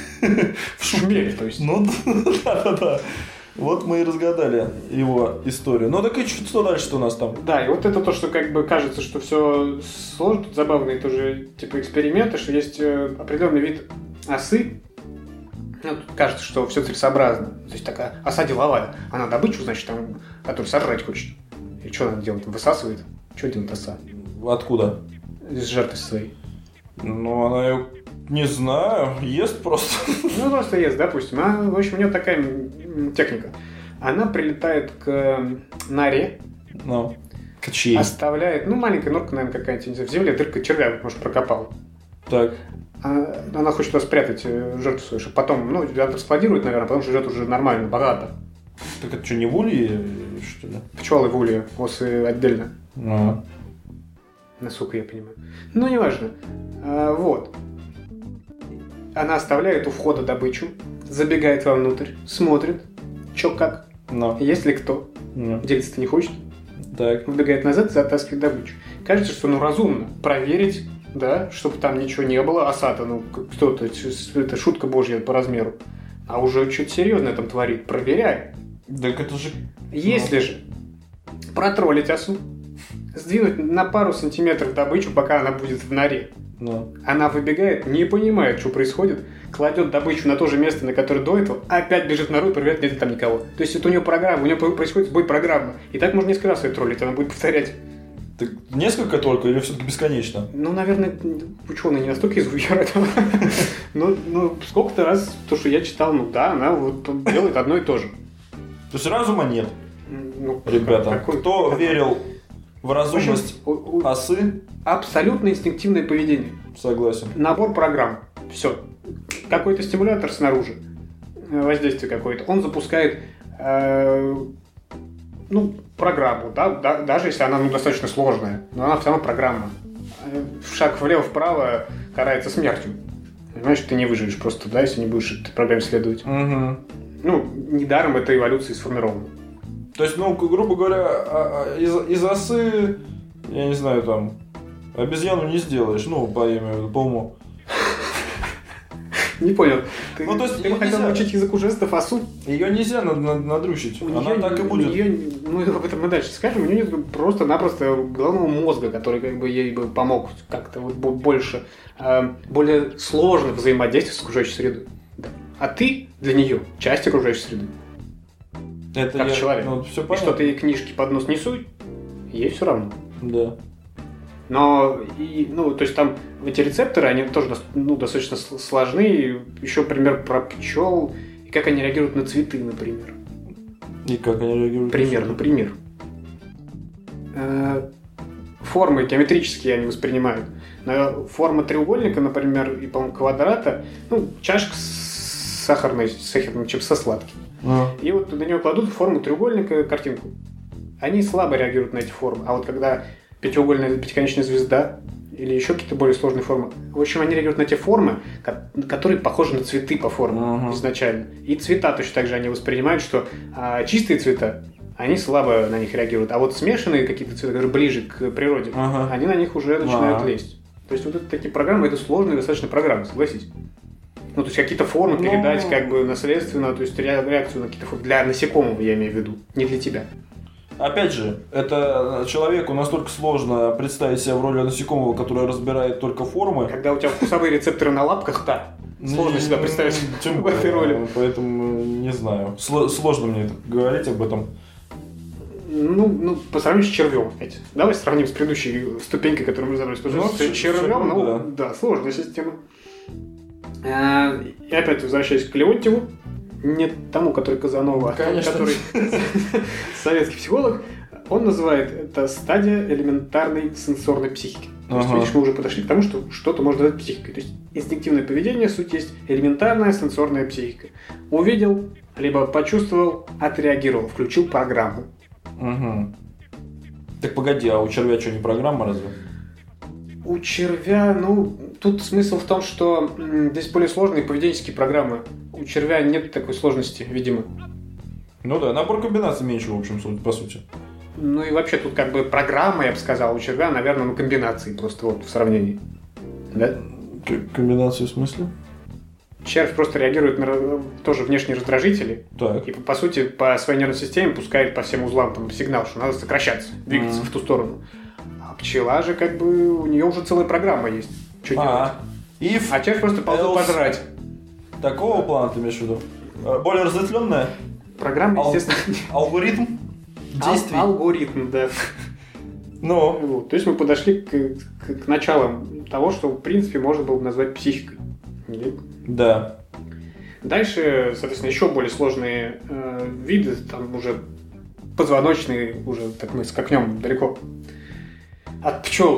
В шумере, то есть. Ну да-да-да. Вот мы и разгадали его историю. Ну так и что дальше-то у нас там? Да, и вот это то, что как бы кажется, что все сложно, тут забавные тоже типа эксперименты, что есть определенный вид осы. Ну, тут кажется, что все целесообразно. То есть такая оса деловая. Она добычу, значит, там, которую сожрать хочет. И что она делает? Высасывает. Что делает оса? Откуда? Из жертвы своей. Ну, она ее, не знаю, ест просто. Ну, просто ест, допустим. А, в общем, у нее такая техника. Она прилетает к норе. Ну, к чьей? Оставляет, ну, маленькая норка, наверное, какая-нибудь, не знаю, в земле, дырка червя, может, прокопал. Так. Она хочет туда спрятать жертву свою, чтобы потом, ну, она складирует, наверное, потому что жрет уже нормально, богато. Так это что, не в улье, что ли? Пчелы в улье, осы отдельно. А. Насколько я понимаю. Ну, неважно. А, вот. Она оставляет у входа добычу, забегает вовнутрь, смотрит, что как, Но. есть ли кто. Но. Делиться-то не хочет. Так. Выбегает назад, затаскивает добычу. Кажется, что, ну, разумно проверить, да, чтобы там ничего не было. Оса-то, ну, кто-то, это шутка божья по размеру. А уже что-то серьезное там творит. Проверяй. Так это же... Если ну. же протроллить осу, сдвинуть на пару сантиметров добычу, пока она будет в норе. Ну. Она выбегает, не понимает, что происходит, кладет добычу на то же место, на которое до этого, опять бежит в нору и проверяет, нет ли там никого. То есть это у нее программа, у нее происходит сбой программы. И так можно несколько раз ее троллить, она будет повторять. Так несколько только или все-таки бесконечно? Ну, наверное, ученые не настолько изучают этого. Ну, ну, сколько-то раз, то, что я читал, ну да, она вот делает одно и то же. То есть разума нет, ну, ребята. какой, Кто какой? верил в разумность в общем, у, у... осы? Абсолютно инстинктивное поведение. Согласен. Набор программ. Все. Какой-то стимулятор снаружи, воздействие какое-то, он запускает э, ну, программу, да, да, даже если она ну, достаточно сложная, но она все равно программа. Шаг влево-вправо карается смертью. Понимаешь, ты не выживешь просто, да, если не будешь этой программе следовать. Угу. Ну, недаром эта эволюция сформирована. То есть, ну, грубо говоря, из, из осы, я не знаю, там, обезьяну не сделаешь, ну, по имени, по уму. Не понял. Ты, ну, то есть, ты бы хотел научить языку жестов осу? Ее нельзя надручить. У Она нее, так и будет. Нее, ну, об этом мы дальше скажем. У нее нет просто-напросто головного мозга, который как бы ей бы помог как-то вот больше, э, более сложно взаимодействовать с окружающей средой. Да. А ты для нее часть окружающей среды. Это как я, человек. Ну, все и что ты ей книжки под нос не суй, ей все равно. Да. Но, и, ну, то есть там эти рецепторы, они тоже ну, достаточно сложны. Еще пример про пчел, и как они реагируют на цветы, например. И как они реагируют? Пример, например. Формы геометрические они воспринимают. Форма треугольника, например, и, по-моему, квадрата, ну, чашка с сахарной, с сахарным, чем со сладким. А. И вот на нее кладут форму треугольника, картинку. Они слабо реагируют на эти формы. А вот когда пятиугольная пятиконечная звезда или еще какие-то более сложные формы, в общем, они реагируют на те формы, которые похожи на цветы по форме uh-huh. изначально. И цвета точно так же они воспринимают, что а, чистые цвета, они слабо на них реагируют. А вот смешанные какие-то цвета, которые ближе к природе, uh-huh. они на них уже начинают uh-huh. лезть. То есть вот это такие программы, это сложные достаточно программы, согласись. Ну, то есть какие-то формы no. передать как бы наследственно, то есть реакцию на какие-то формы. Для насекомого, я имею в виду, не для тебя. Опять же, это человеку настолько сложно представить себя в роли насекомого, который разбирает только формы. Когда у тебя вкусовые рецепторы на лапках, да, сложно себя представить в этой роли. Поэтому не знаю. Сложно мне говорить об этом. Ну, ну, по сравнению с червем, опять. Давай сравним с предыдущей ступенькой, которую мы разобрались. Потому что ну, с червем, ну, да. да, сложная система. И опять возвращаясь к Леонтьеву, не тому, который Казанова, Конечно. который советский психолог, он называет это стадия элементарной сенсорной психики. То есть, ага. видишь, мы уже подошли к тому, что что-то может дать психикой. То есть, инстинктивное поведение, суть есть элементарная сенсорная психика. Увидел, либо почувствовал, отреагировал, включил программу. Угу. Так погоди, а у червя что, не программа разве? У червя, ну, тут смысл в том, что м, здесь более сложные поведенческие программы. У червя нет такой сложности, видимо. Ну да, набор комбинаций меньше, в общем, по сути. Ну и вообще тут как бы программа, я бы сказал, у червя, наверное, ну комбинации просто вот в сравнении. Да? Комбинации в смысле? Червь просто реагирует на тоже внешние раздражители. Так. И, по сути, по своей нервной системе пускает по всем узлам там сигнал, что надо сокращаться, двигаться mm. в ту сторону. А пчела же, как бы, у нее уже целая программа есть. Что а, делать? If а червь просто ползет пожрать. Такого плана ты имеешь в виду? Более разветвленная? Программа, Ал- естественно. Алгоритм действий? Ал- алгоритм, да. Ну. Вот. То есть мы подошли к, к, к началам того, что, в принципе, можно было бы назвать психикой. Да. Дальше, соответственно, еще более сложные э, виды, там уже позвоночные, уже так мы скакнем далеко от пчел.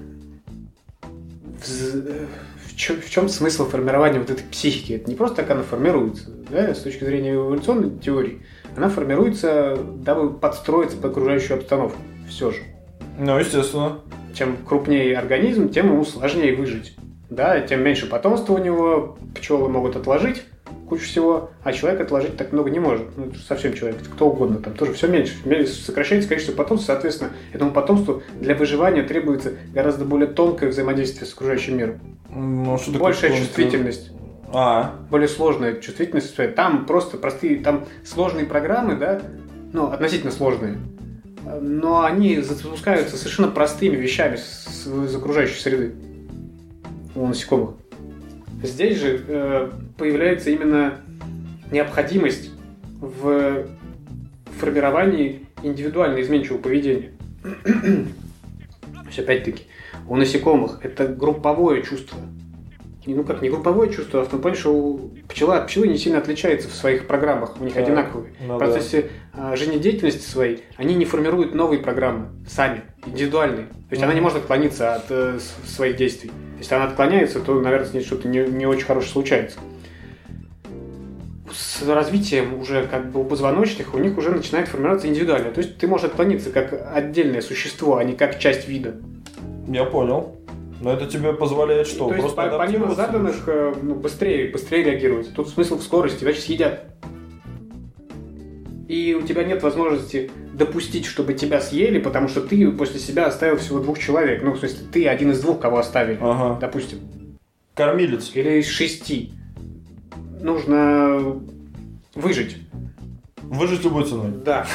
В, в, чем, в чем смысл формирования вот этой психики? Это не просто так она формируется, да, с точки зрения эволюционной теории. Она формируется, дабы подстроиться под окружающую обстановку. Все же. Ну, естественно. Чем крупнее организм, тем ему сложнее выжить. Да, тем меньше потомства у него, пчелы могут отложить кучу всего, а человек отложить так много не может. Ну, совсем человек, кто угодно, там тоже все меньше. Сокращается количество потомства, соответственно, этому потомству для выживания требуется гораздо более тонкое взаимодействие с окружающим миром. Ну, что большая такое чувствительность. А. Более сложная чувствительность. Там просто простые, там сложные программы, да, ну, относительно сложные, но они запускаются совершенно простыми вещами из окружающей среды у насекомых. Здесь же э, появляется именно необходимость в формировании индивидуально изменчивого поведения. То есть, опять-таки, у насекомых это групповое чувство. И, ну как, не групповое чувство, а в том плане, что у пчела от пчелы не сильно отличается в своих программах, у них да, одинаковые. Ну, в процессе да. жизнедеятельности своей они не формируют новые программы сами, индивидуальные. То есть mm-hmm. она не может отклониться от э, своих действий. Если она отклоняется, то, наверное, с ней что-то не, не очень хорошее случается. С развитием уже как бы у позвоночных у них уже начинает формироваться индивидуально. То есть ты можешь отклониться как отдельное существо, а не как часть вида. Я понял. Но это тебе позволяет что? То есть по, помимо заданных ну, быстрее, быстрее реагировать. Тут смысл в скорости, иначе съедят. И у тебя нет возможности допустить, чтобы тебя съели, потому что ты после себя оставил всего двух человек. Ну, в смысле, ты один из двух, кого оставили, ага. допустим. Кормилец. Или из шести. Нужно выжить. Выжить любой ценой. Да.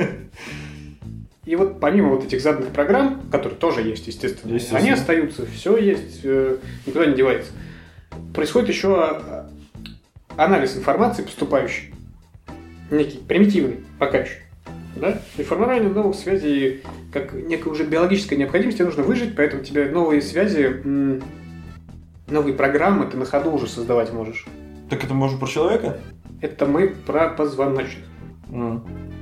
И вот помимо вот этих заданных программ, которые тоже есть, естественно, естественно. они остаются, все есть, никуда не девается. Происходит еще анализ информации поступающей. Некий примитивный, пока еще. Да? И формирование новых связей, как некая уже биологическая необходимость, тебе нужно выжить, поэтому тебе новые связи, новые программы ты на ходу уже создавать можешь. Так это мы уже про человека? Это мы про позвоночник. Mm.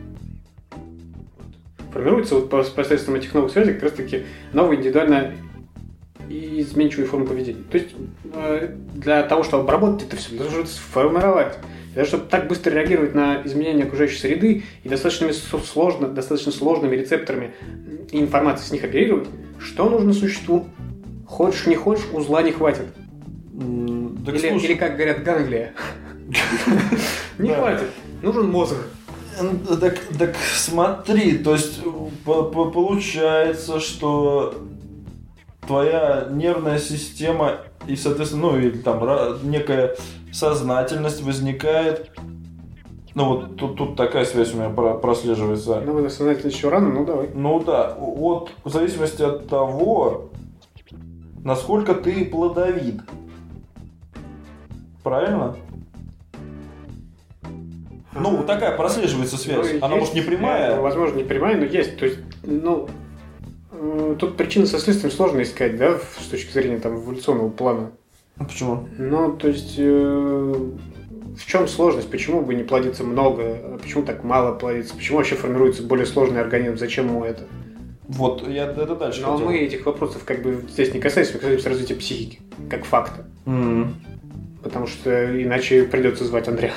Формируется вот посредством этих новых связей как раз таки новая индивидуальная и изменчивая форма поведения. То есть для того, чтобы обработать это все, нужно сформировать. Для того, чтобы так быстро реагировать на изменения окружающей среды и достаточно, сложно, достаточно сложными рецепторами и информацией с них оперировать, что нужно существу? Хочешь, не хочешь, узла не хватит. Mm, или, или, как говорят, ганглия. Не хватит. Нужен мозг. Так, так смотри, то есть получается, что твоя нервная система и, соответственно, ну, или там некая сознательность возникает. Ну, вот тут, тут такая связь у меня прослеживается. Ну, сознательность еще рано, ну давай. Ну да, от, в зависимости от того, насколько ты плодовит. Правильно? Ну, такая прослеживается связь. Ну, она, может, не прямая? Ну, возможно, не прямая, но есть. То есть, ну, тут причины со следствием сложно искать, да, с точки зрения там эволюционного плана. Почему? Ну, то есть, э, в чем сложность? Почему бы не плодиться много? Почему так мало плодится? Почему вообще формируется более сложный организм? Зачем ему это? Вот, я это дальше Но хотел. мы этих вопросов как бы здесь не касаемся, мы касаемся развития психики, как факта. Mm-hmm. Потому что иначе придется звать Андрея.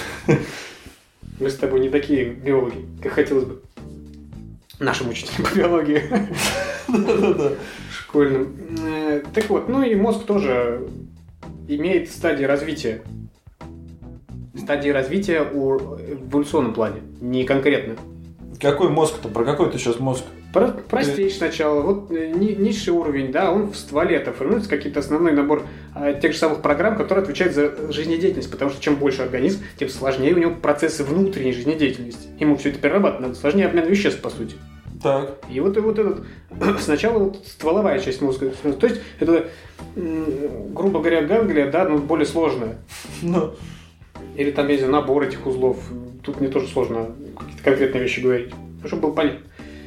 Мы с тобой не такие биологи, как хотелось бы. Нашим учителям по биологии. Да-да-да. Школьным. Так вот, ну и мозг тоже имеет стадии развития. Стадии развития в эволюционном плане, не конкретно. Какой мозг-то? Про какой ты сейчас мозг? Про, простейший сначала. Вот ни, низший уровень, да, он в стволе это формируется какой-то основной набор а, тех же самых программ, которые отвечают за жизнедеятельность, потому что чем больше организм, тем сложнее у него процессы внутренней жизнедеятельности. Ему все это перерабатывать надо, сложнее обмен веществ, по сути. Так. И вот, и вот этот сначала вот стволовая часть мозга, то есть это, грубо говоря, ганглия, да, но более сложная. Но... Или там есть набор этих узлов. Тут мне тоже сложно какие-то конкретные вещи говорить, чтобы было понятно.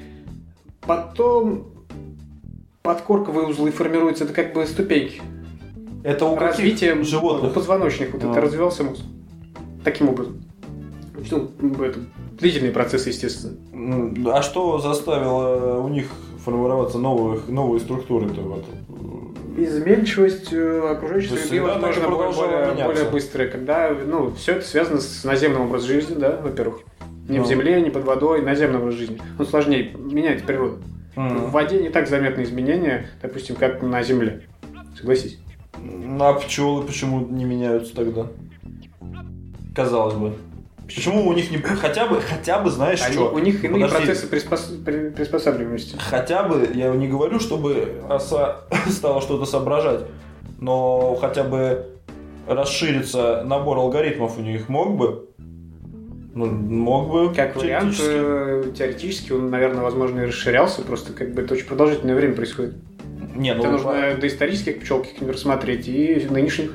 Потом подкорковые узлы формируются, это как бы ступеньки. Это у развития животных? У позвоночных вот а. это развивался мозг. Таким образом. Ну, это длительные процессы, естественно. А что заставило у них формироваться новые, новые структуры-то? Вот? Изменчивость окружающей среды, возможно, более, более быстрая. Когда, ну, все это связано с наземным образом жизни, да, во-первых. Не ну. в земле, не под водой, наземный образ жизни. Он сложнее, меняется природа. Mm-hmm. В воде не так заметны изменения, допустим, как на земле. Согласись. А пчелы почему не меняются тогда? Казалось бы. Почему у них не... Хотя бы, хотя бы знаешь, Они, что... У них иные Подожди. процессы приспос... приспосабливаемости. Хотя бы, я не говорю, чтобы оса стала что-то соображать, но хотя бы расшириться набор алгоритмов у них мог бы. Ну, мог бы. Как вариант, теоретически. теоретически он, наверное, возможно, и расширялся, просто как бы это очень продолжительное время происходит. Не, ну, это нужно по... доисторических пчел каких-нибудь рассмотреть и нынешних.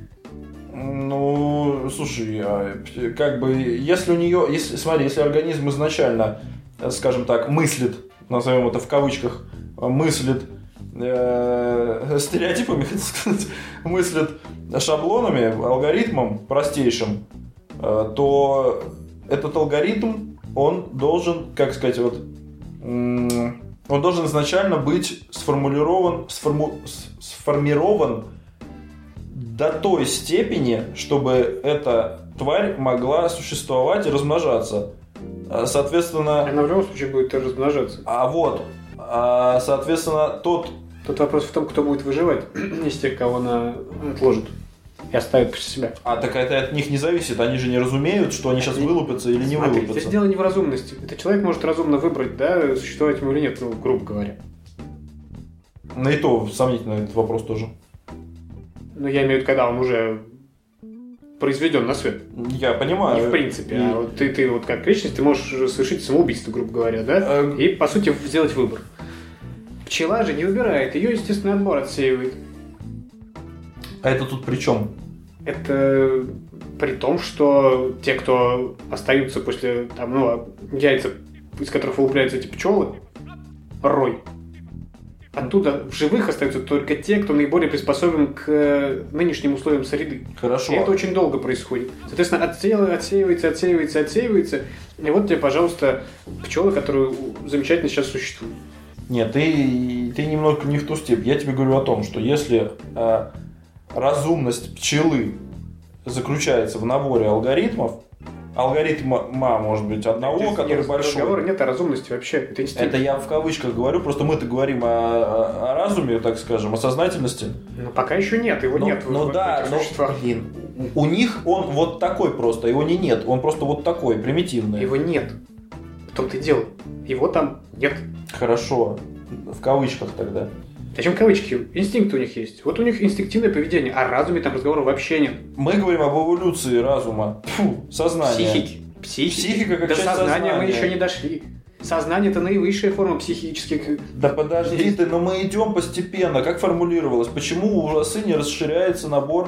Ну, слушай, а как бы, если у нее, если, смотри, если организм изначально, скажем так, мыслит, назовем это в кавычках, мыслит э, стереотипами, хотел сказать, мыслит шаблонами, алгоритмом простейшим, э, то этот алгоритм, он должен, как сказать, вот, м- он должен изначально быть сформулирован, сформу, сформирован до той степени, чтобы эта тварь могла существовать и размножаться. Соответственно... Она в любом случае будет размножаться. А вот, а, соответственно, тот... Тут вопрос в том, кто будет выживать из тех, кого она отложит и оставит после себя. А так это от них не зависит. Они же не разумеют, что они сейчас они... вылупятся или не Смотри, вылупятся. Здесь дело не в разумности. Это человек может разумно выбрать, да, существовать ему или нет, ну, грубо говоря. Ну и то сомнительный этот вопрос тоже. Ну, я имею в виду, когда он уже произведен на свет. Я понимаю. Не в принципе. И... А вот ты, ты вот как личность, ты можешь совершить самоубийство, грубо говоря, да? А... И, по сути, сделать выбор. Пчела же не выбирает, ее естественный отбор отсеивает. А это тут при чем? Это при том, что те, кто остаются после, там, ну, яйца из которых вылупляются эти пчелы, рой. Оттуда в живых остаются только те, кто наиболее приспособлен к нынешним условиям среды. Хорошо. И это очень долго происходит. Соответственно, отсеивается, отсеивается, отсеивается, отсеивается. И вот тебе, пожалуйста, пчелы, которые замечательно сейчас существуют. Нет, ты, ты немного не в ту степь. Я тебе говорю о том, что если э, разумность пчелы заключается в наборе алгоритмов, алгоритма, может быть, одного, Здесь который нет, большой. Разговора нет о разумности вообще. Это инстинкт. Это я в кавычках говорю, просто мы-то говорим о, о, о разуме, так скажем, о сознательности. Но пока еще нет, его но, нет но в, да, в этих но, существах. блин, у них он вот такой просто, его не нет, он просто вот такой, примитивный. Его нет. В том-то и дело. Его там нет. Хорошо, в кавычках тогда. Зачем кавычки? Инстинкты у них есть. Вот у них инстинктивное поведение, о разуме там разговора вообще нет. Мы говорим об эволюции разума, Фу, сознания. Психики. Психика. Психика как До часть сознания сознания. мы еще не дошли. Сознание – это наивысшая форма психических... Да подожди ты, но мы идем постепенно. Как формулировалось? Почему у осы не расширяется набор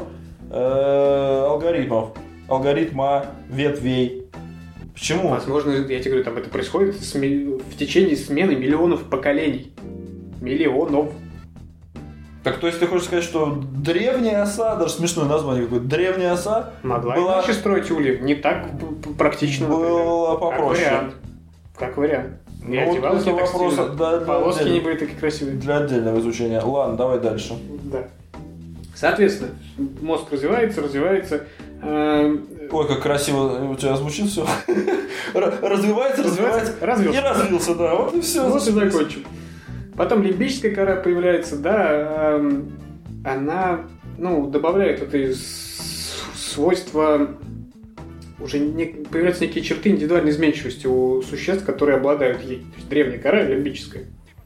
э, алгоритмов? Алгоритма ветвей. Почему? Возможно, я тебе говорю, там это происходит в течение смены миллионов поколений. Миллионов. Так, то есть ты хочешь сказать, что древняя оса, даже смешное название какое-то, древняя оса Могла была... иначе строить ульи. Не так практично, Было например. попроще. Как вариант. Как вариант. Не Ну, вот одевалась это не так вопрос стильно. для- для Полоски отдельно- не были такие красивые. Для отдельного изучения. Ладно, давай дальше. Да. Соответственно, мозг развивается, развивается. э, Ой, как красиво у тебя звучит все. Развивается, развивается. Развился. И развился, да. Вот и все. Вот и закончим. Потом лимбическая кора появляется, да, эм, она, ну, добавляет это свойства, уже не, появляются некие черты индивидуальной изменчивости у существ, которые обладают ей. То есть древняя кора лимбическая.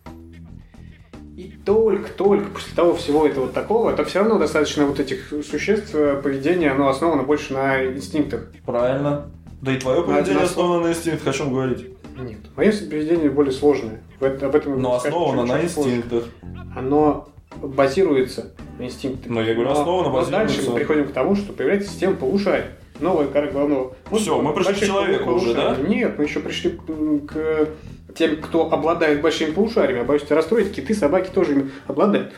И только-только после того всего этого такого, то все равно достаточно вот этих существ, поведение, оно основано больше на инстинктах. Правильно. Да и твое поведение основано на инстинктах, о чем говорить. Нет. Мое поведение более сложное. В это- об этом Но скажем основано чуть-чуть на позже. инстинктах. Оно базируется на инстинктах. Но я говорю, основано но базируется. дальше мы приходим к тому, что появляется система полушарий. Новая кора головного. Всё, мы пришли к больших человеку уже, полушарий. да? Нет, мы еще пришли к- к тем, кто обладает большими полушариями. Я боюсь тебя расстроить, киты, собаки тоже ими обладают.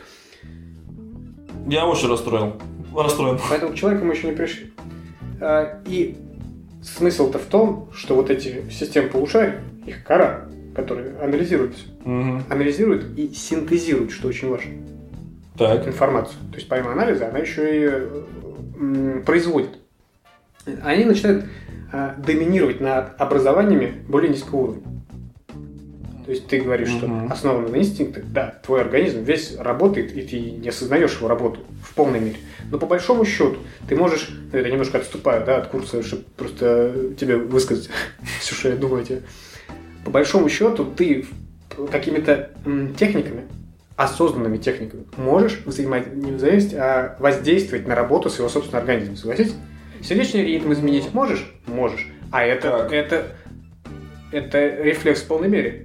Я очень расстроен. Расстроен. Поэтому к человеку мы еще не пришли. А, И смысл-то в том, что вот эти системы полушарий, их кора, которые анализируют все, Мгм. анализируют и синтезируют, что очень важно, Так. информацию. То есть помимо анализа она еще и м, производит. Они начинают а, доминировать над образованиями более низкого уровня. То есть ты говоришь, что Мгм. основано на инстинктах, да, твой организм весь работает, и ты не осознаешь его работу в полной мере. Но по большому счету ты можешь, ну, это немножко отступаю, да, от курса, чтобы просто тебе высказать все, что я думаю о тебе. По большому счету ты какими-то м, техниками, осознанными техниками, можешь взаимо... не взаимодействовать, а воздействовать на работу своего собственного организма. Согласитесь? Сердечный ритм изменить можешь? Можешь. А это, Как? это, это рефлекс в полной мере.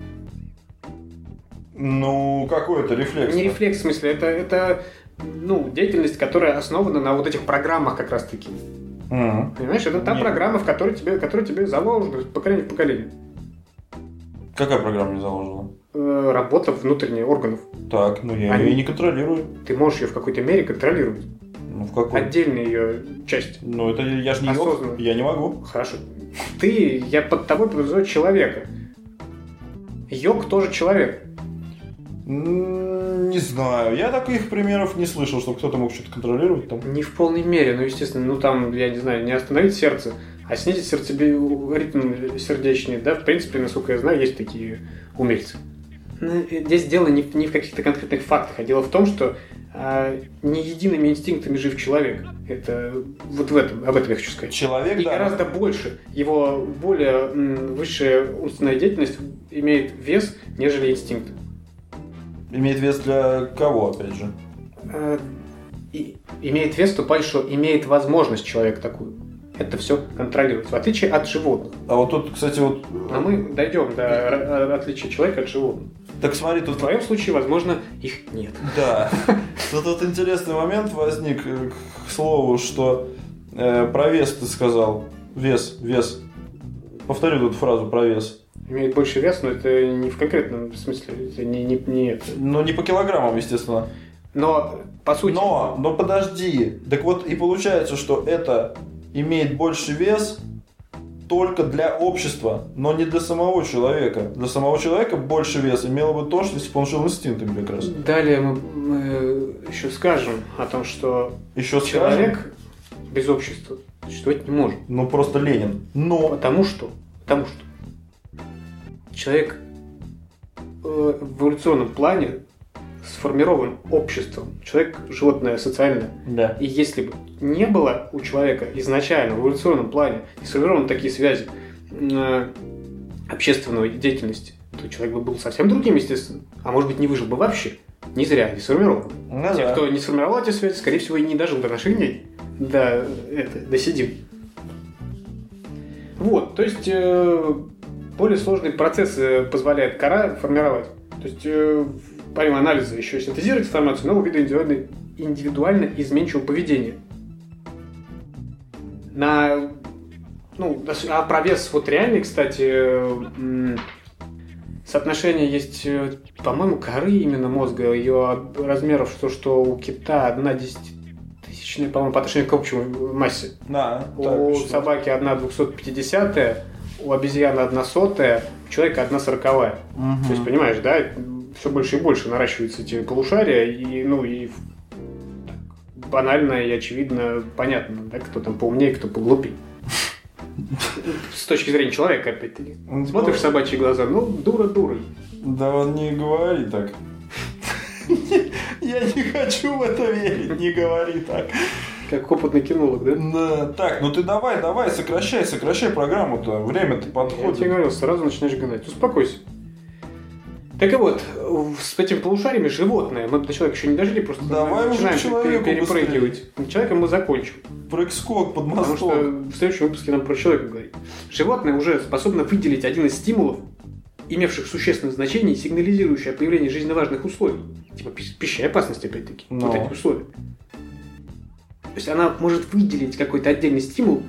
Ну, какой это рефлекс? Не рефлекс, в смысле, это, это ну, деятельность, которая основана на вот этих программах как раз-таки. Мгм. Понимаешь, это та Нет. программа, в которой тебе, которая тебе заложена из поколения в поколение. Какая программа не заложена? Э, работа внутренних органов. Так, ну я Они- ее не контролирую. Ты можешь ее в какой-то мере контролировать. Ну, в какой? Отдельная ее часть. Ну, это я же не йог, Осознанно. я не могу. Хорошо. Ты, я под тобой подразумеваю человека. Йог тоже человек. М, Не знаю, я таких примеров не слышал, чтобы кто-то мог что-то контролировать там. Не в полной мере, ну, естественно, ну, там, я не знаю, не остановить сердце, а снизить сердцебиение, ритм сердечный, да, в принципе, насколько я знаю, есть такие умельцы. Ну, здесь дело не в, не в каких-то конкретных фактах, а дело в том, что а, не едиными инстинктами жив человек. Это вот в этом, об этом я хочу сказать. Человек, И да. гораздо больше, его более м, высшая умственная деятельность имеет вес, нежели инстинкты. Имеет вес для кого, опять же? Э, и имеет вес в том плане, что имеет возможность человек такую. Это все контролировать, в отличие от животных. А вот тут, кстати, вот... Но мы дойдем до ра- отличия человека от животных. Так смотри, В тут... твоем случае, возможно, их нет. Да. Тут вот интересный момент возник, э, к слову, что э, про вес ты сказал. Вес, вес. Повторю эту фразу про вес. Имеет больше вес, но это не в конкретном смысле. Это не, не, не это. Ну, не по килограммам, естественно. Но, по сути... Но, но подожди. Так вот, и получается, что это имеет больше вес только для общества, но не для самого человека. Для самого человека больше вес имело бы то, что если бы он жил инстинктами как раз. Далее мы, мы еще скажем о том, что еще человек скажем? без общества существовать не может. Ну, просто Ленин. Но... Потому что, потому что человек э, в эволюционном плане сформирован обществом. Человек – животное социальное. Да. И если бы не было у человека изначально в эволюционном плане не сформированы такие связи э, общественной деятельности, то человек бы был совсем другим, естественно. А может быть, не выжил бы вообще. Не зря, не сформирован. Ну, Те, да. кто не сформировал эти связи, скорее всего, и не дожил до наших дней. До, это, до седин. Вот, то есть э, более сложные процессы позволяет кора формировать. То есть э, помимо анализа еще синтезировать информацию нового вида индивидуально, индивидуально изменчивого поведения. На, ну, а про вес вот реальный, кстати, э, соотношение есть, э, по-моему, коры именно мозга, ее размеров, что, что у кита одна десятитысячная, по-моему, по отношению к общей массе. Да, У так, собаки одна двухсот пятидесятая, у обезьяны одна сотая, у человека одна сороковая. Угу. То есть, понимаешь, да, все больше и больше наращиваются эти полушария, и, ну, и так, банально и очевидно понятно, да, кто там поумнее, кто поглупее. С точки зрения человека, опять-таки. Смотришь в собачьи глаза, ну, дура дурой. Да не говори так. Я не хочу в это верить, не говори так. Как опытный кинолог, да? Да. Так, ну ты давай, давай, сокращай, сокращай программу-то. Время-то Я подходит. тебе говорил, сразу начинаешь гнать. Успокойся. Так и вот, с этими полушариями животное. Мы до человека еще не дожили, просто давай мы уже начинаем к человеку перепрыгивать. Человеком мы закончим. Прыг-скок под Потому мостом. что в следующем выпуске нам про человека говорить. Животное уже способно выделить один из стимулов, имевших существенное значение и сигнализирующее о появлении жизненно важных условий. Типа пищевой опасности, опять-таки. Но. Вот эти условия. То есть она может выделить какой-то отдельный стимул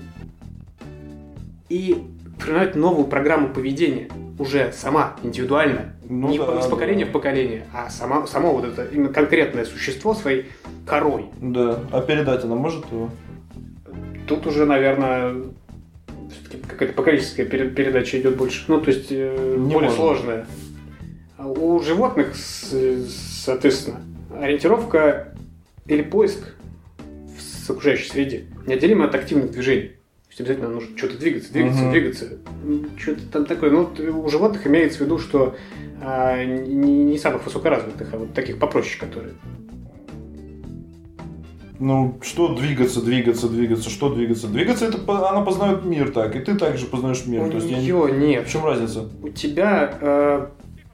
и формировать новую программу поведения. Уже сама, индивидуально. Ну не да, из поколения да. в поколение, а сама, само вот это именно конкретное существо своей корой. Да, а передать она может его? Тут уже, наверное, все-таки какая-то поколенческая передача идет больше. Ну, то есть, э, Не более можно. сложная. А у животных, с- соответственно, ориентировка или поиск в окружающей среде неотделимо от активных движений. То есть обязательно нужно что-то двигаться, двигаться, Мгм. двигаться. Что-то там такое. Ну, вот у животных имеется в виду, что а, не, не самых высокоразвитых, а вот таких попроще, которые. Ну, что двигаться, двигаться, двигаться, что двигаться? Двигаться, это по- она познает мир так, и ты также познаешь мир. У То есть я не- нее нет. В чем разница? У тебя э,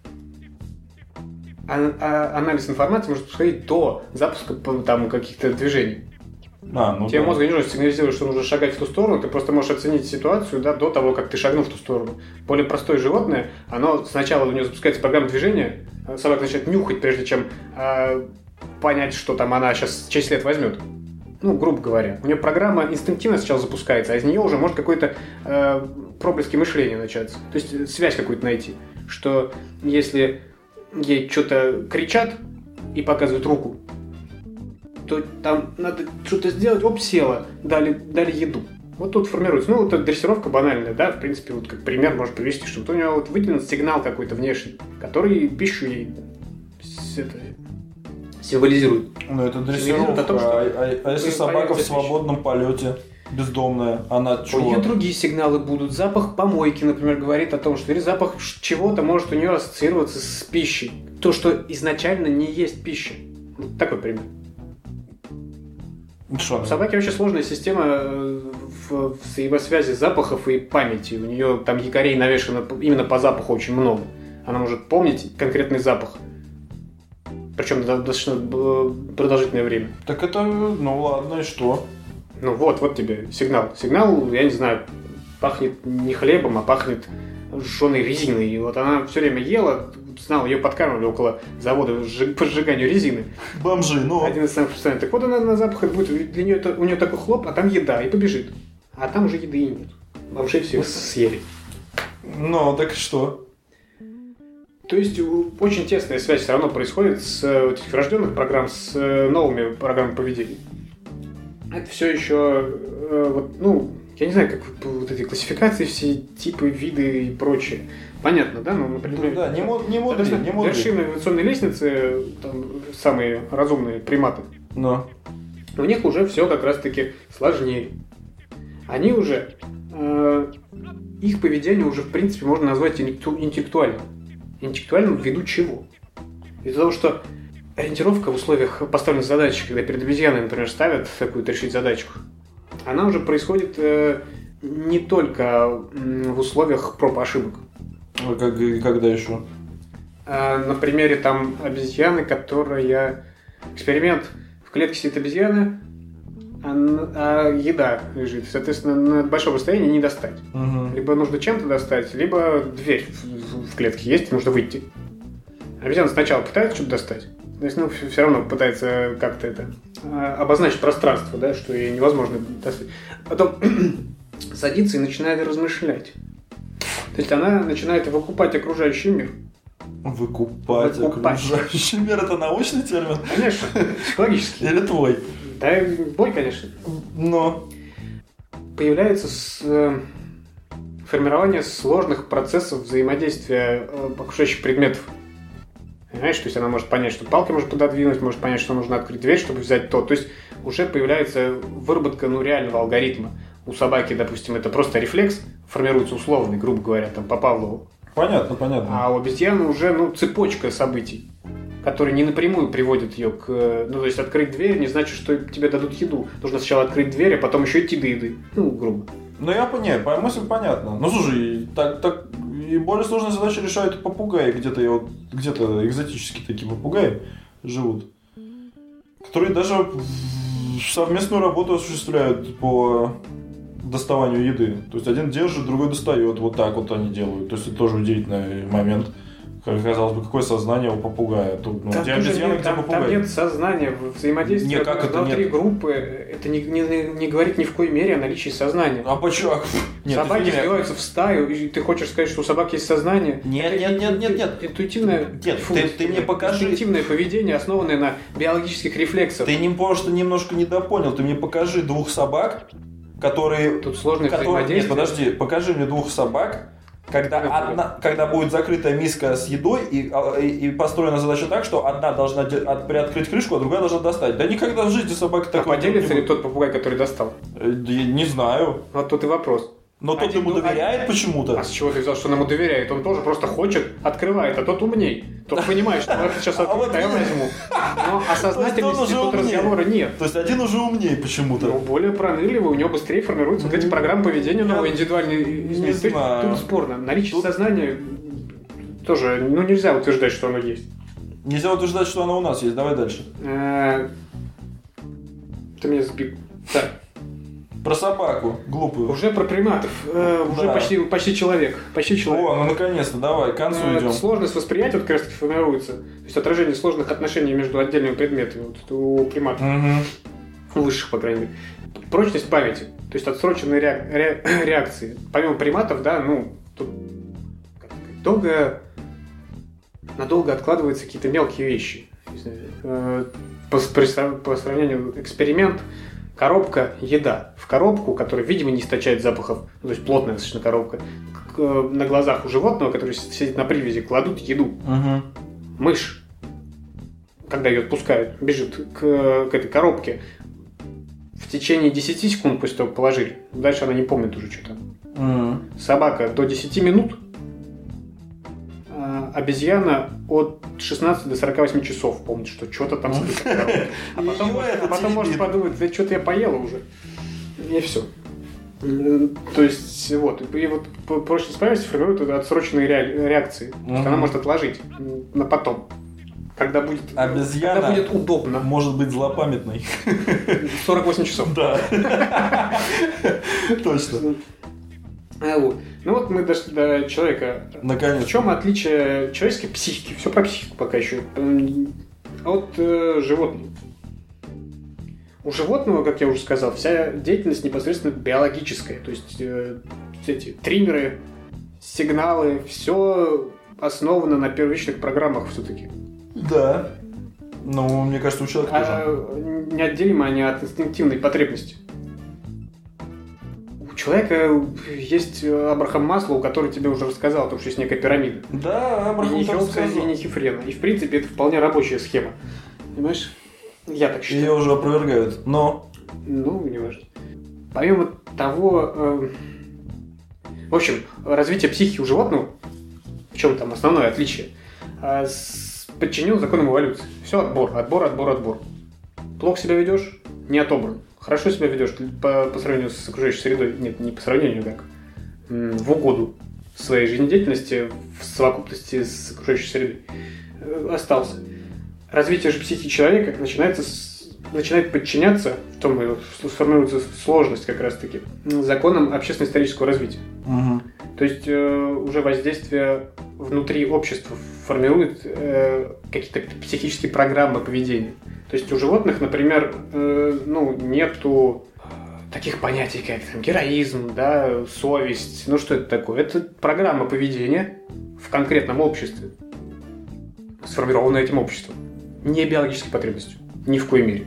ан- а- анализ информации может происходить до запуска п- там, каких-то движений. А, ну Тебе да. мозг не нужно сигнализировать, что нужно шагать в ту сторону, ты просто можешь оценить ситуацию, да, до того, как ты шагнул в ту сторону. Более простое животное, оно сначала у него запускается программа движения, а собака начинает нюхать, прежде чем э, понять, что там она сейчас чей след возьмет. Ну, грубо говоря. У нее программа инстинктивно сначала запускается, а из нее уже может какой-то э, проблески мышления начаться. То есть э, связь какую-то найти. Что если ей что-то кричат и показывают руку, то там надо что-то сделать, оп, села, дали, дали еду. Вот тут формируется. Ну, вот эта дрессировка банальная, да, в принципе, вот как пример можно привести, что вот у него вот выделен сигнал какой-то внешний, который пищу ей с- это, символизирует. Ну, это Сигнализирует дрессировка. о том, что а, а- а если вы собака в поедете свободном полете, бездомная, она У чего? нее другие сигналы будут. Запах помойки, например, говорит о том, что или запах ш- чего-то может у нее ассоциироваться с пищей. То, что изначально не есть пища. Вот такой пример. Что? У собаки вообще сложная система э, в, в взаимосвязи запахов и памяти. У нее там якорей навешано п- именно по запаху очень много. Она может помнить конкретный запах. Причем до- достаточно э, продолжительное время. Так это, ну ладно, и что? Ну вот, вот тебе сигнал. Сигнал, я не знаю, пахнет не хлебом, а пахнет жженой резиной. И вот она все время ела, знал, ее подкармливали около завода сжиг- по сжиганию резины. Бомжи, ну. Один из самых постоянных. Так вот она на запах будет, для нее это, у нее такой хлоп, а там еда, и побежит. А там уже еды и нет. Бомжей всех съели. Ну, так что? То есть очень тесная связь все равно происходит с вот этих врожденных программ с новыми программами поведения. Это все еще, вот, ну, я не знаю, как вот эти классификации, все типы, виды и прочее. Понятно, да? Ну, например, ну, да, не мод, не модли, не модли. Вершины эволюционной лестницы, там, самые разумные приматы, но у них уже все как раз-таки сложнее. Они уже, э, их поведение уже, в принципе, можно назвать интеллектуальным. Интеллектуальным ввиду чего? Из-за того, что ориентировка в условиях поставленных задач, когда перед обезьяной, например, ставят какую-то решить задачку, она уже происходит э, не только в условиях проб и ошибок. А как, когда еще? А, на примере там обезьяны, которая... Эксперимент. В клетке сидит обезьяна, а, а еда лежит. Соответственно, на большом расстоянии не достать. Угу. Либо нужно чем-то достать, либо дверь в, в клетке есть, нужно выйти. Обезьяна сначала пытается что-то достать, то есть, ну, все равно пытается как-то это обозначить пространство, да, что ей невозможно достать. Потом садится и начинает размышлять. То есть она начинает выкупать окружающий мир. Выкупать, выкупать. окружающий мир — это научный термин? Конечно, психологический. Или твой? Да, бой, конечно. Но появляется с, э, формирование сложных процессов взаимодействия э, окружающих предметов. Понимаешь, то есть она может понять, что палкой может пододвинуть, может понять, что нужно открыть дверь, чтобы взять то. То есть уже появляется выработка, ну, реального алгоритма. У собаки, допустим, это просто рефлекс, формируется условный, грубо говоря, там, по Павлову. Понятно, понятно. А у обезьяны уже, ну, цепочка событий, которые не напрямую приводят ее к... Ну, то есть открыть дверь не значит, что тебе дадут еду. Нужно сначала открыть дверь, а потом еще идти до еды. Ну, грубо. Ну, я понял, мысль понятна. Ну, слушай, так, так и более сложные задачи решают попугаи. Где-то, я вот, где-то экзотические такие попугаи живут, которые даже совместную работу осуществляют по доставанию еды. То есть один держит, другой достает. Вот так вот они делают. То есть это тоже удивительный момент. Как казалось бы, какое сознание у попугая? Тут, ну, там, где обезьяна, нет, где там, попугай? там нет сознания, взаимодействия Не, как это внутри нет? группы. Это не, не, не говорит ни в коей мере о наличии сознания. А почему? Нет, собаки извини, сбиваются в стаю, и ты хочешь сказать, что у собак есть сознание? Нет, это нет, нет, нет, нет. Интуитивное, Нет, фу, ты, ты мне покажи. инстинктивное поведение, основанное на биологических рефлексах. Ты не, просто немножко недопонял. Ты мне покажи двух собак, которые... Тут сложное которые... взаимодействие. Нет, подожди. Покажи мне двух собак, когда, одна, когда будет закрытая миска с едой, и, и, и построена задача так, что одна должна де, от, приоткрыть крышку, а другая должна достать. Да никогда в жизни собака а такого не будет. поделится ли тот попугай, который достал? Я не знаю. Вот тут и вопрос. Но тот Один, ему ну, доверяет один... почему-то. А с чего ты взял, что он ему доверяет? Он тоже просто хочет, открывает, а тот умней. Тот понимает, что это сейчас открыто, а я возьму. Но осознательности тут разговора нет. То есть один уже умнее почему-то. Ну, более пронырливый, у него быстрее формируются вот эти программы поведения новые, индивидуальные. Не знаю. Тут спорно. Наличие сознания тоже, ну, нельзя утверждать, что оно есть. Нельзя утверждать, что оно у нас есть. Давай дальше. Ты меня сбил. Так. Про собаку, глупую. Уже про приматов. Э, да. Уже почти, почти человек. Почти человек. О, ну наконец-то, давай, к концу э, идем. Сложность восприятия вот как раз таки формируется. То есть отражение сложных отношений между отдельными предметами вот, у приматов. Угу. У высших, по крайней мере. Прочность памяти. То есть отсроченные ре... Ре... реакции. Помимо приматов, да, ну, тут долго... надолго откладываются какие-то мелкие вещи. По, по сравнению эксперимент, коробка, еда. В коробку, которая, видимо, не источает запахов, ну, то есть плотная достаточно коробка, к, на глазах у животного, который сидит на привязи, кладут еду. Угу. Мышь, когда ее отпускают, бежит к, к этой коробке. В течение десяти секунд после того, как положили. Дальше она не помнит уже, что там. Угу. Собака до десяти минут. Обезьяна от шестнадцати до сорока восьми часов помнит, что что-то там стоит. А потом, может, а потом может подумать, да что-то я поела уже. И все. То есть, вот. И вот прочность памяти формирует отсроченные реакции. То есть она может отложить на потом. Когда будет, обезьяна когда будет удобно. Может быть злопамятной. сорок восемь часов. Да. Точно. Ну вот мы дошли до человека. Наконец. В чем отличие человеческой психики? Все про психику пока еще. От э, животного. У животного, как я уже сказал, вся деятельность непосредственно биологическая. То есть э, эти триммеры, сигналы, все основано на первичных программах все-таки. Да. Ну, мне кажется, у человека тоже. А неотделимы они от инстинктивной потребности. У человека есть Абрахам Маслоу, который тебе уже рассказал, потому что есть некая пирамида. Да, Абрахам И не Хелса, рассказал. и не Хефрена. И в принципе это вполне рабочая схема. Понимаешь? Я так считаю. Ее уже опровергают, но... Ну, не важно. Помимо того... Э... В общем, развитие психики у животного, в чем там основное отличие, э, с... подчинен законам эволюции. Все отбор, отбор, отбор, отбор. Плохо себя ведешь, не отобран. Хорошо себя ведешь по, по сравнению с окружающей средой, нет, не по сравнению, как в угоду своей жизнедеятельности в совокупности с окружающей средой, э, остался. Развитие же психики человека начинается с, начинает подчиняться, в том и сформируется сложность как раз-таки, законам общественно-исторического развития. Угу. То есть э, уже воздействие внутри общества формирует э, какие-то психические программы поведения. То есть у животных, например, э, ну, нету таких понятий, как там, героизм, да, совесть. Ну что это такое? Это программа поведения в конкретном обществе, сформированная этим обществом. Не биологической потребностью. Ни в коей мере.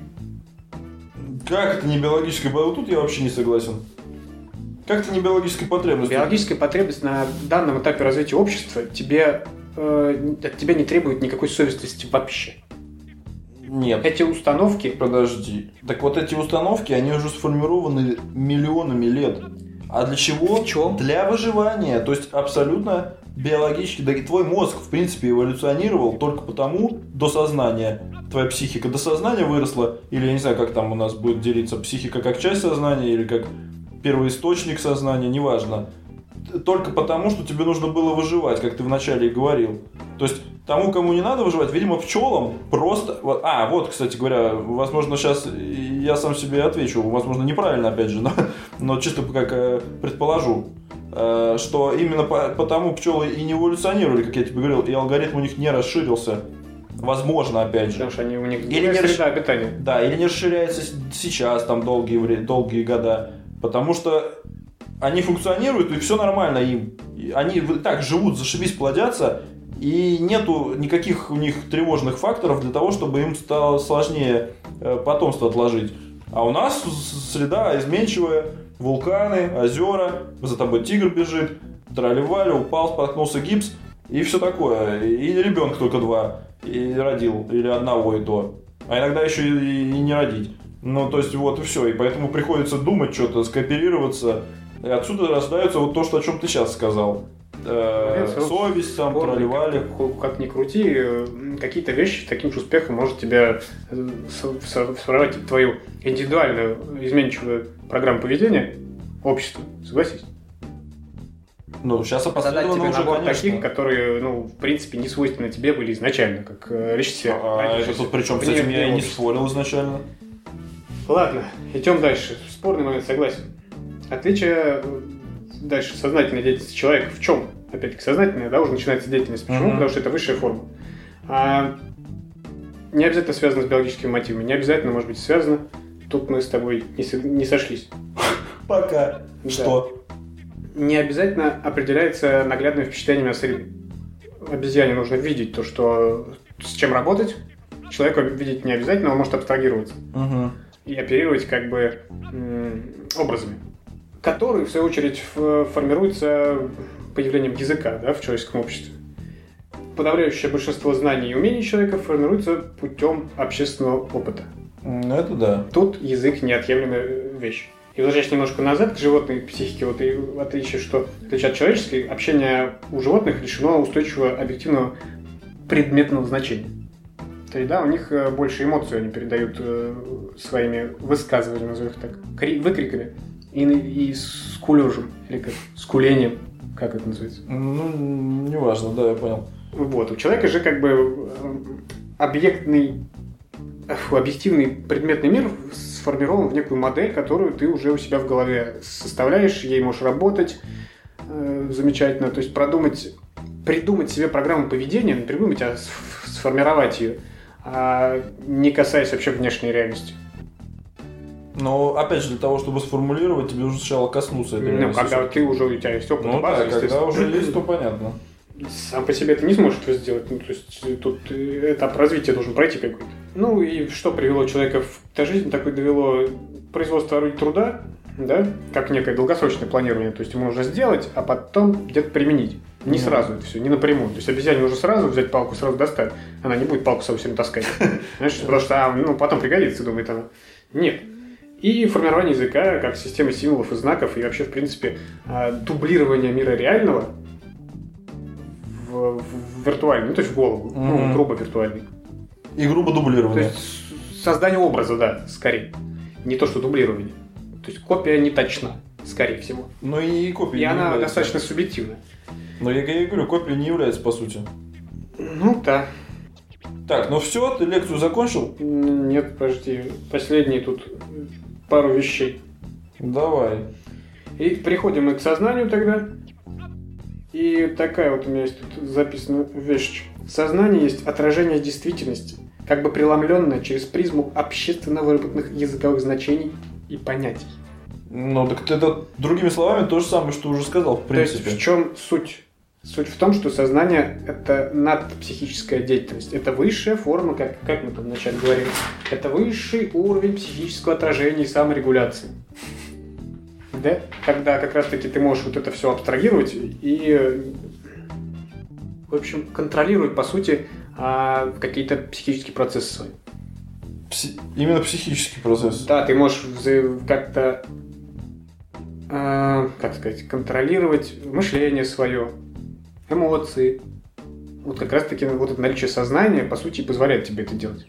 Как это не биологическая? Вот тут я вообще не согласен. Как это не биологическая потребность? Биологическая потребность на данном этапе развития общества тебе, э, от тебя не требует никакой совестности вообще. Нет. Эти установки... Подожди. Так вот эти установки, они уже сформированы миллионами лет. А для чего? В чем? Для выживания. То есть абсолютно биологически. Да и твой мозг, в принципе, эволюционировал только потому до сознания. Твоя психика до сознания выросла. Или я не знаю, как там у нас будет делиться психика как часть сознания или как первоисточник сознания, неважно. Только потому, что тебе нужно было выживать, как ты вначале и говорил. То есть тому, кому не надо выживать, видимо, пчелам просто... А, вот, кстати говоря, возможно, сейчас я сам себе отвечу, возможно, неправильно, опять же, но, но чисто как предположу, что именно потому пчелы и не эволюционировали, как я тебе говорил, и алгоритм у них не расширился. Возможно, опять же. Потому что они у них или не среда расш... обитания. Да, или не расширяется сейчас, там, долгие, долгие года. Потому что они функционируют, и все нормально им. Они так живут, зашибись, плодятся, и нету никаких у них тревожных факторов для того, чтобы им стало сложнее потомство отложить. А у нас среда изменчивая, вулканы, озера, за тобой тигр бежит, трали-вали, упал, споткнулся, гипс, и все такое. И ребенка только два, и родил, или одного и то. А иногда еще и не родить. Ну, то есть, вот и все. И поэтому приходится думать что-то, скооперироваться. И отсюда рождается вот то, что, о чем ты сейчас сказал. Э, Нет, совесть, там, проливали. Как, как ни крути, какие-то вещи таким же успехом может тебя сформировать твою индивидуальную изменчивую программу поведения общества. Согласись? Ну, сейчас опосредованно тебе уже, набор конечно. таких, которые, ну, в принципе, не свойственны тебе были изначально, как личности. А это тут причем с этим я и не спорил изначально. Ладно, идем дальше. Спорный момент, согласен. Отличие дальше сознательной деятельности человека в чем? Опять-таки, сознательная, да, уже начинается деятельность. Почему? Mm-hmm. Потому что это высшая форма. А не обязательно связано с биологическими мотивами, не обязательно, может быть, связано. Тут мы с тобой не, со... не сошлись. Пока. Да. Что? Не обязательно определяется наглядными впечатлениями о среде. Обезьяне нужно видеть то, что с чем работать. Человеку видеть не обязательно, он может абстрагироваться. Угу. И оперировать как бы м- образами, которые, в свою очередь, ф- формируются появлением языка, да, в человеческом обществе. Подавляющее большинство знаний и умений человека формируется путем общественного опыта. Ну, это да. Тут язык неотъемлемая вещь. И возвращаясь немножко назад к животной психике, вот и отличие, что в отличие от человеческой, общение у животных лишено устойчивого объективного предметного значения. То есть, да, у них больше эмоций они передают э, своими высказываниями, назовем их так, кри- выкриками и, и скулежем, или как, скулением, как это называется? Ну, неважно, да, я понял. Вот, у человека же как бы объектный, объективный предметный мир сформирован в некую модель, которую ты уже у себя в голове составляешь, ей можешь работать э, замечательно, то есть продумать, придумать себе программу поведения, не придумать, а сформировать ее, а не касаясь вообще внешней реальности. Но, опять же, для того, чтобы сформулировать, тебе нужно сначала коснуться этой Ну, реальности. когда ты уже, у тебя есть опыт, Ну база, да, когда уже есть, то понятно. Сам по себе ты не сможешь это сделать. Ну, то есть тут этап развития должен пройти какой-то. Ну и что привело человека в та жизнь, такое довело производство орудий труда, да, как некое долгосрочное планирование. То есть ему нужно сделать, а потом где-то применить. Не mm. сразу это все, не напрямую. То есть обезьяне нужно сразу взять палку, сразу достать. Она не будет палку совсем таскать. Знаешь, потому что а, ну, потом пригодится, думает она. Нет. И формирование языка как системы символов и знаков, и вообще, в принципе, дублирование мира реального в, в виртуальный, ну, то есть в голову, mm-hmm. ну, грубо виртуальный. И грубо дублирование. То есть создание образа, да, скорее. Не то, что дублирование. То есть копия не точна, скорее всего. Но и копия И не она является. достаточно субъективна. Но я, я говорю, копия не является, по сути. Ну, да. Так, ну все, ты лекцию закончил? Нет, подожди. Последние тут пару вещей. Давай. И приходим мы к сознанию тогда. И такая вот у меня есть тут записана вещь. Сознание есть отражение действительности, как бы преломленное через призму общественно выработанных языковых значений и понятий. Ну, так это, другими словами, то же самое, что уже сказал, в принципе. То есть в чем суть? Суть в том, что сознание – это надпсихическая деятельность. Это высшая форма, как, как мы там вначале говорили, это высший уровень психического отражения и саморегуляции. Да? Когда как раз-таки ты можешь вот это все абстрагировать и, в общем, контролировать, по сути, какие-то психические процессы свои. Пси- именно психический процесс. Да, ты можешь как-то, как сказать, контролировать мышление свое, эмоции. Вот как раз-таки вот это наличие сознания, по сути, позволяет тебе это делать.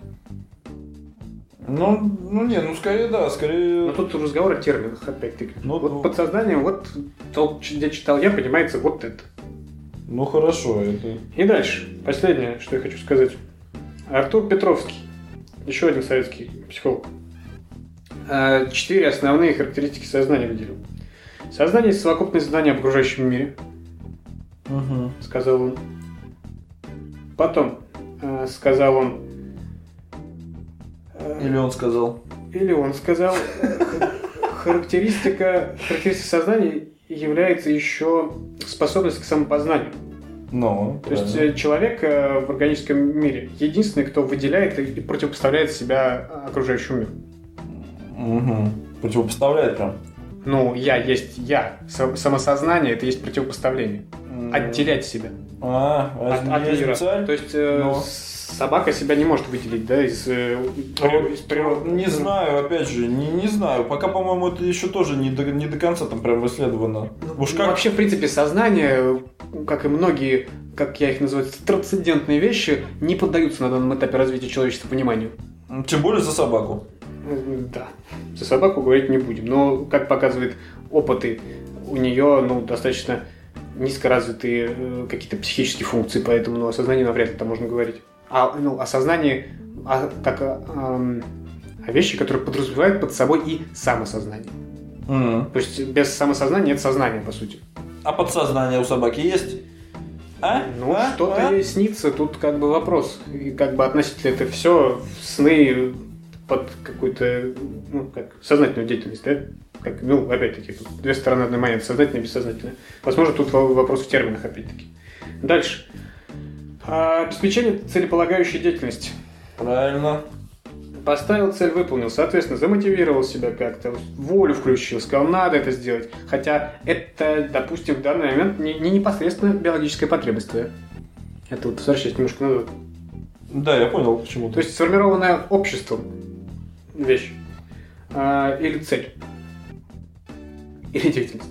Ну, ну не, ну скорее да, скорее... Но тут разговор о терминах, опять-таки. Ну, вот ну... подсознанием, вот то, где читал я, понимается вот это. Ну хорошо, это... И дальше, последнее, что я хочу сказать. Артур Петровский, еще один советский психолог. Четыре основные характеристики сознания выделил. Сознание есть совокупность знаний об окружающем мире, угу. сказал он. Потом э, сказал он... Э, или он сказал. Или он сказал. Характеристика, характеристика сознания является еще способность к самопознанию. Ну, То есть правильно. Человек э, в органическом мире единственный, кто выделяет и противопоставляет себя окружающему миру. Угу. Противопоставляет прям. Ну, я есть я. Самосознание – это есть противопоставление. Mm. Отделять себя а, от, от мира. Цель? То есть э, Но... собака себя не может выделить, да, из, из природы. Не знаю, опять же, не, не знаю. Пока, по-моему, это еще тоже не до, не до конца там прям исследовано. Ну, Уж как... Вообще, в принципе, сознание, как и многие, как я их называю, трансцендентные вещи, не поддаются на данном этапе развития человечества пониманию. Тем более за собаку. Да, за собаку говорить не будем. Но, как показывают опыты, у нее ну, достаточно низкоразвитые э, какие-то психические функции, поэтому ну, о сознании навряд ли там можно говорить. А ну, о сознании а, как о, о, о вещи, которые подразумевают под собой и самосознание. Mm-hmm. То есть без самосознания нет сознания, по сути. А подсознание у собаки есть? А? Ну, а? что-то а? ей снится, тут как бы вопрос. И как бы относительно это все сны под какую-то, ну, как сознательную деятельность, да? Как, ну, опять-таки, тут две стороны одной монеты, сознательная и бессознательная. Возможно, тут вопрос в терминах, опять-таки. Дальше. Обеспечение целеполагающей деятельности. Правильно. Поставил цель, выполнил, соответственно, замотивировал себя как-то, волю включил, сказал, надо это сделать. Хотя это, допустим, в данный момент не, не непосредственно биологическая потребность твоя. Это вот возвращаясь немножко назад. Да, я понял, почему. То есть сформированная обществом вещь а, или цель. Или деятельность.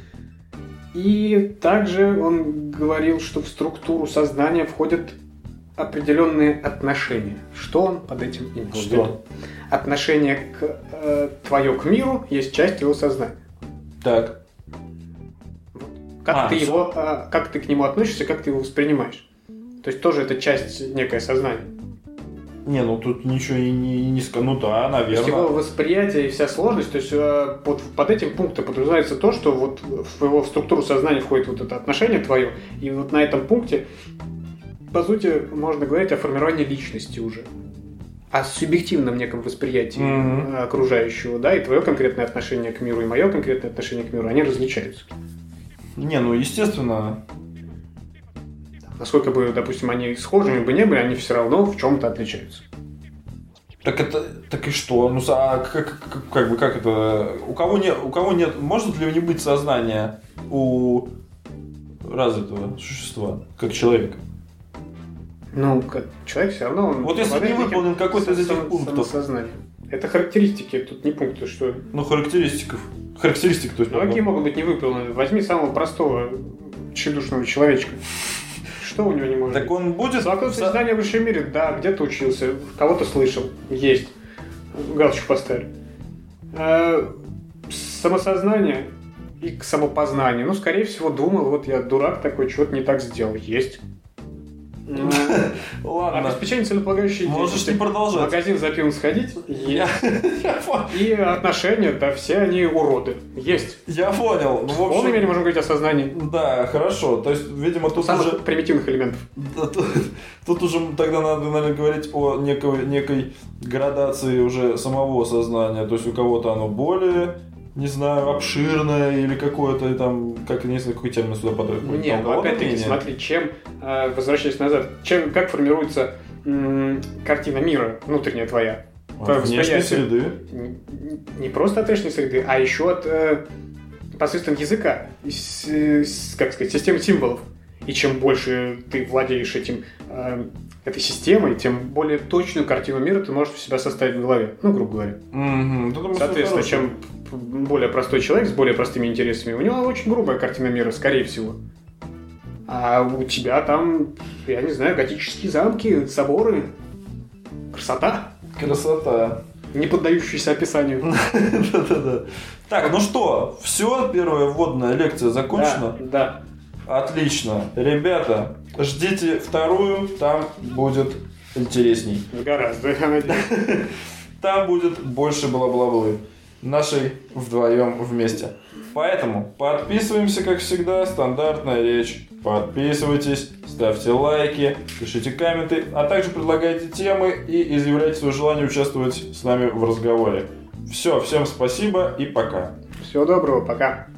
И также он говорил, что в структуру сознания входят определенные отношения. Что он под этим имел в виду? Отношение к, э, твое к миру есть часть его сознания. Так. Как, а, ты его, э, как ты к нему относишься, как ты его воспринимаешь. То есть тоже это часть некое сознания. Не, ну тут ничего и не, не сказано. Ну да, наверное. То есть его восприятие и вся сложность, то есть э, под, под этим пунктом подразумевается то, что вот в его в структуру сознания входит вот это отношение твое, и вот на этом пункте, по сути, можно говорить о формировании личности уже. о субъективном неком восприятии Мгм. окружающего, да, и твое конкретное отношение к миру, и мое конкретное отношение к миру, они различаются. Не, ну естественно. Насколько бы, допустим, они схожими бы не были, они все равно в чем-то отличаются. Так это, так и что? Ну, а как, как, как бы, как это? У кого нет, у кого нет, может ли не быть сознания у развитого существа, как человека? Ну, как человек все равно... Он Вот если не обладает выполнен неким какой-то из этих само- пунктов. самосознанием. Это характеристики, тут не пункты, что... Ну, характеристиков. Характеристик, то есть. Ну, какие могут быть не выполнены? Возьми самого простого тщедушного человечка. Что у него не может Так быть? он будет... Совокупность знания в высшем мире, да, где-то учился, кого-то слышал, есть. Галочку поставили. А, самосознание и к самопознанию. Ну, скорее всего, думал, вот я дурак такой, чего-то не так сделал. Есть. Ну, Ладно, обеспечение целеполагающей можешь деятельности. не В продолжать. магазин за пивом сходить. Я, я понял. И отношения, да, все они уроды. Есть. Я понял. Ну, в В полной мере общем, можем говорить о сознании да, хорошо. То есть, видимо, тут самых уже... примитивных элементов. Да, тут, тут уже тогда надо, наверное, говорить о некой, некой градации уже самого сознания. То есть у кого-то оно более, не знаю, обширное или какое-то там, как не знаю, какой термин сюда подойдет. Нет, ну опять-таки, смотри, чем, э, возвращаясь назад, чем, как формируется м, картина мира внутренняя твоя? Твое От внешней восприятие. среды. Не, не просто от внешней среды, а еще от э, посредством языка, с, с- как сказать, системы символов. И чем больше ты владеешь этим, э, этой системой, тем более точную картину мира ты можешь в себя составить в голове. Ну, грубо говоря. Угу. Это мысль Соответственно, хорошая. чем более простой человек с более простыми интересами, у него очень грубая картина мира, скорее всего. А у тебя там, я не знаю, готические замки, соборы, красота, Красота. не поддающаяся описанию. Да-да-да. Так, ну что, все, первая вводная лекция закончена? Да, да. Отлично. Ребята, ждите вторую, там будет интересней. Гораздо, я надеюсь. Там будет больше бла-бла-блы. Нашей вдвоем вместе. Поэтому подписываемся, как всегда, стандартная речь. Подписывайтесь, ставьте лайки, пишите комменты, а также предлагайте темы и изъявляйте свое желание участвовать с нами в разговоре. Все, всем спасибо и пока. Всего доброго, пока.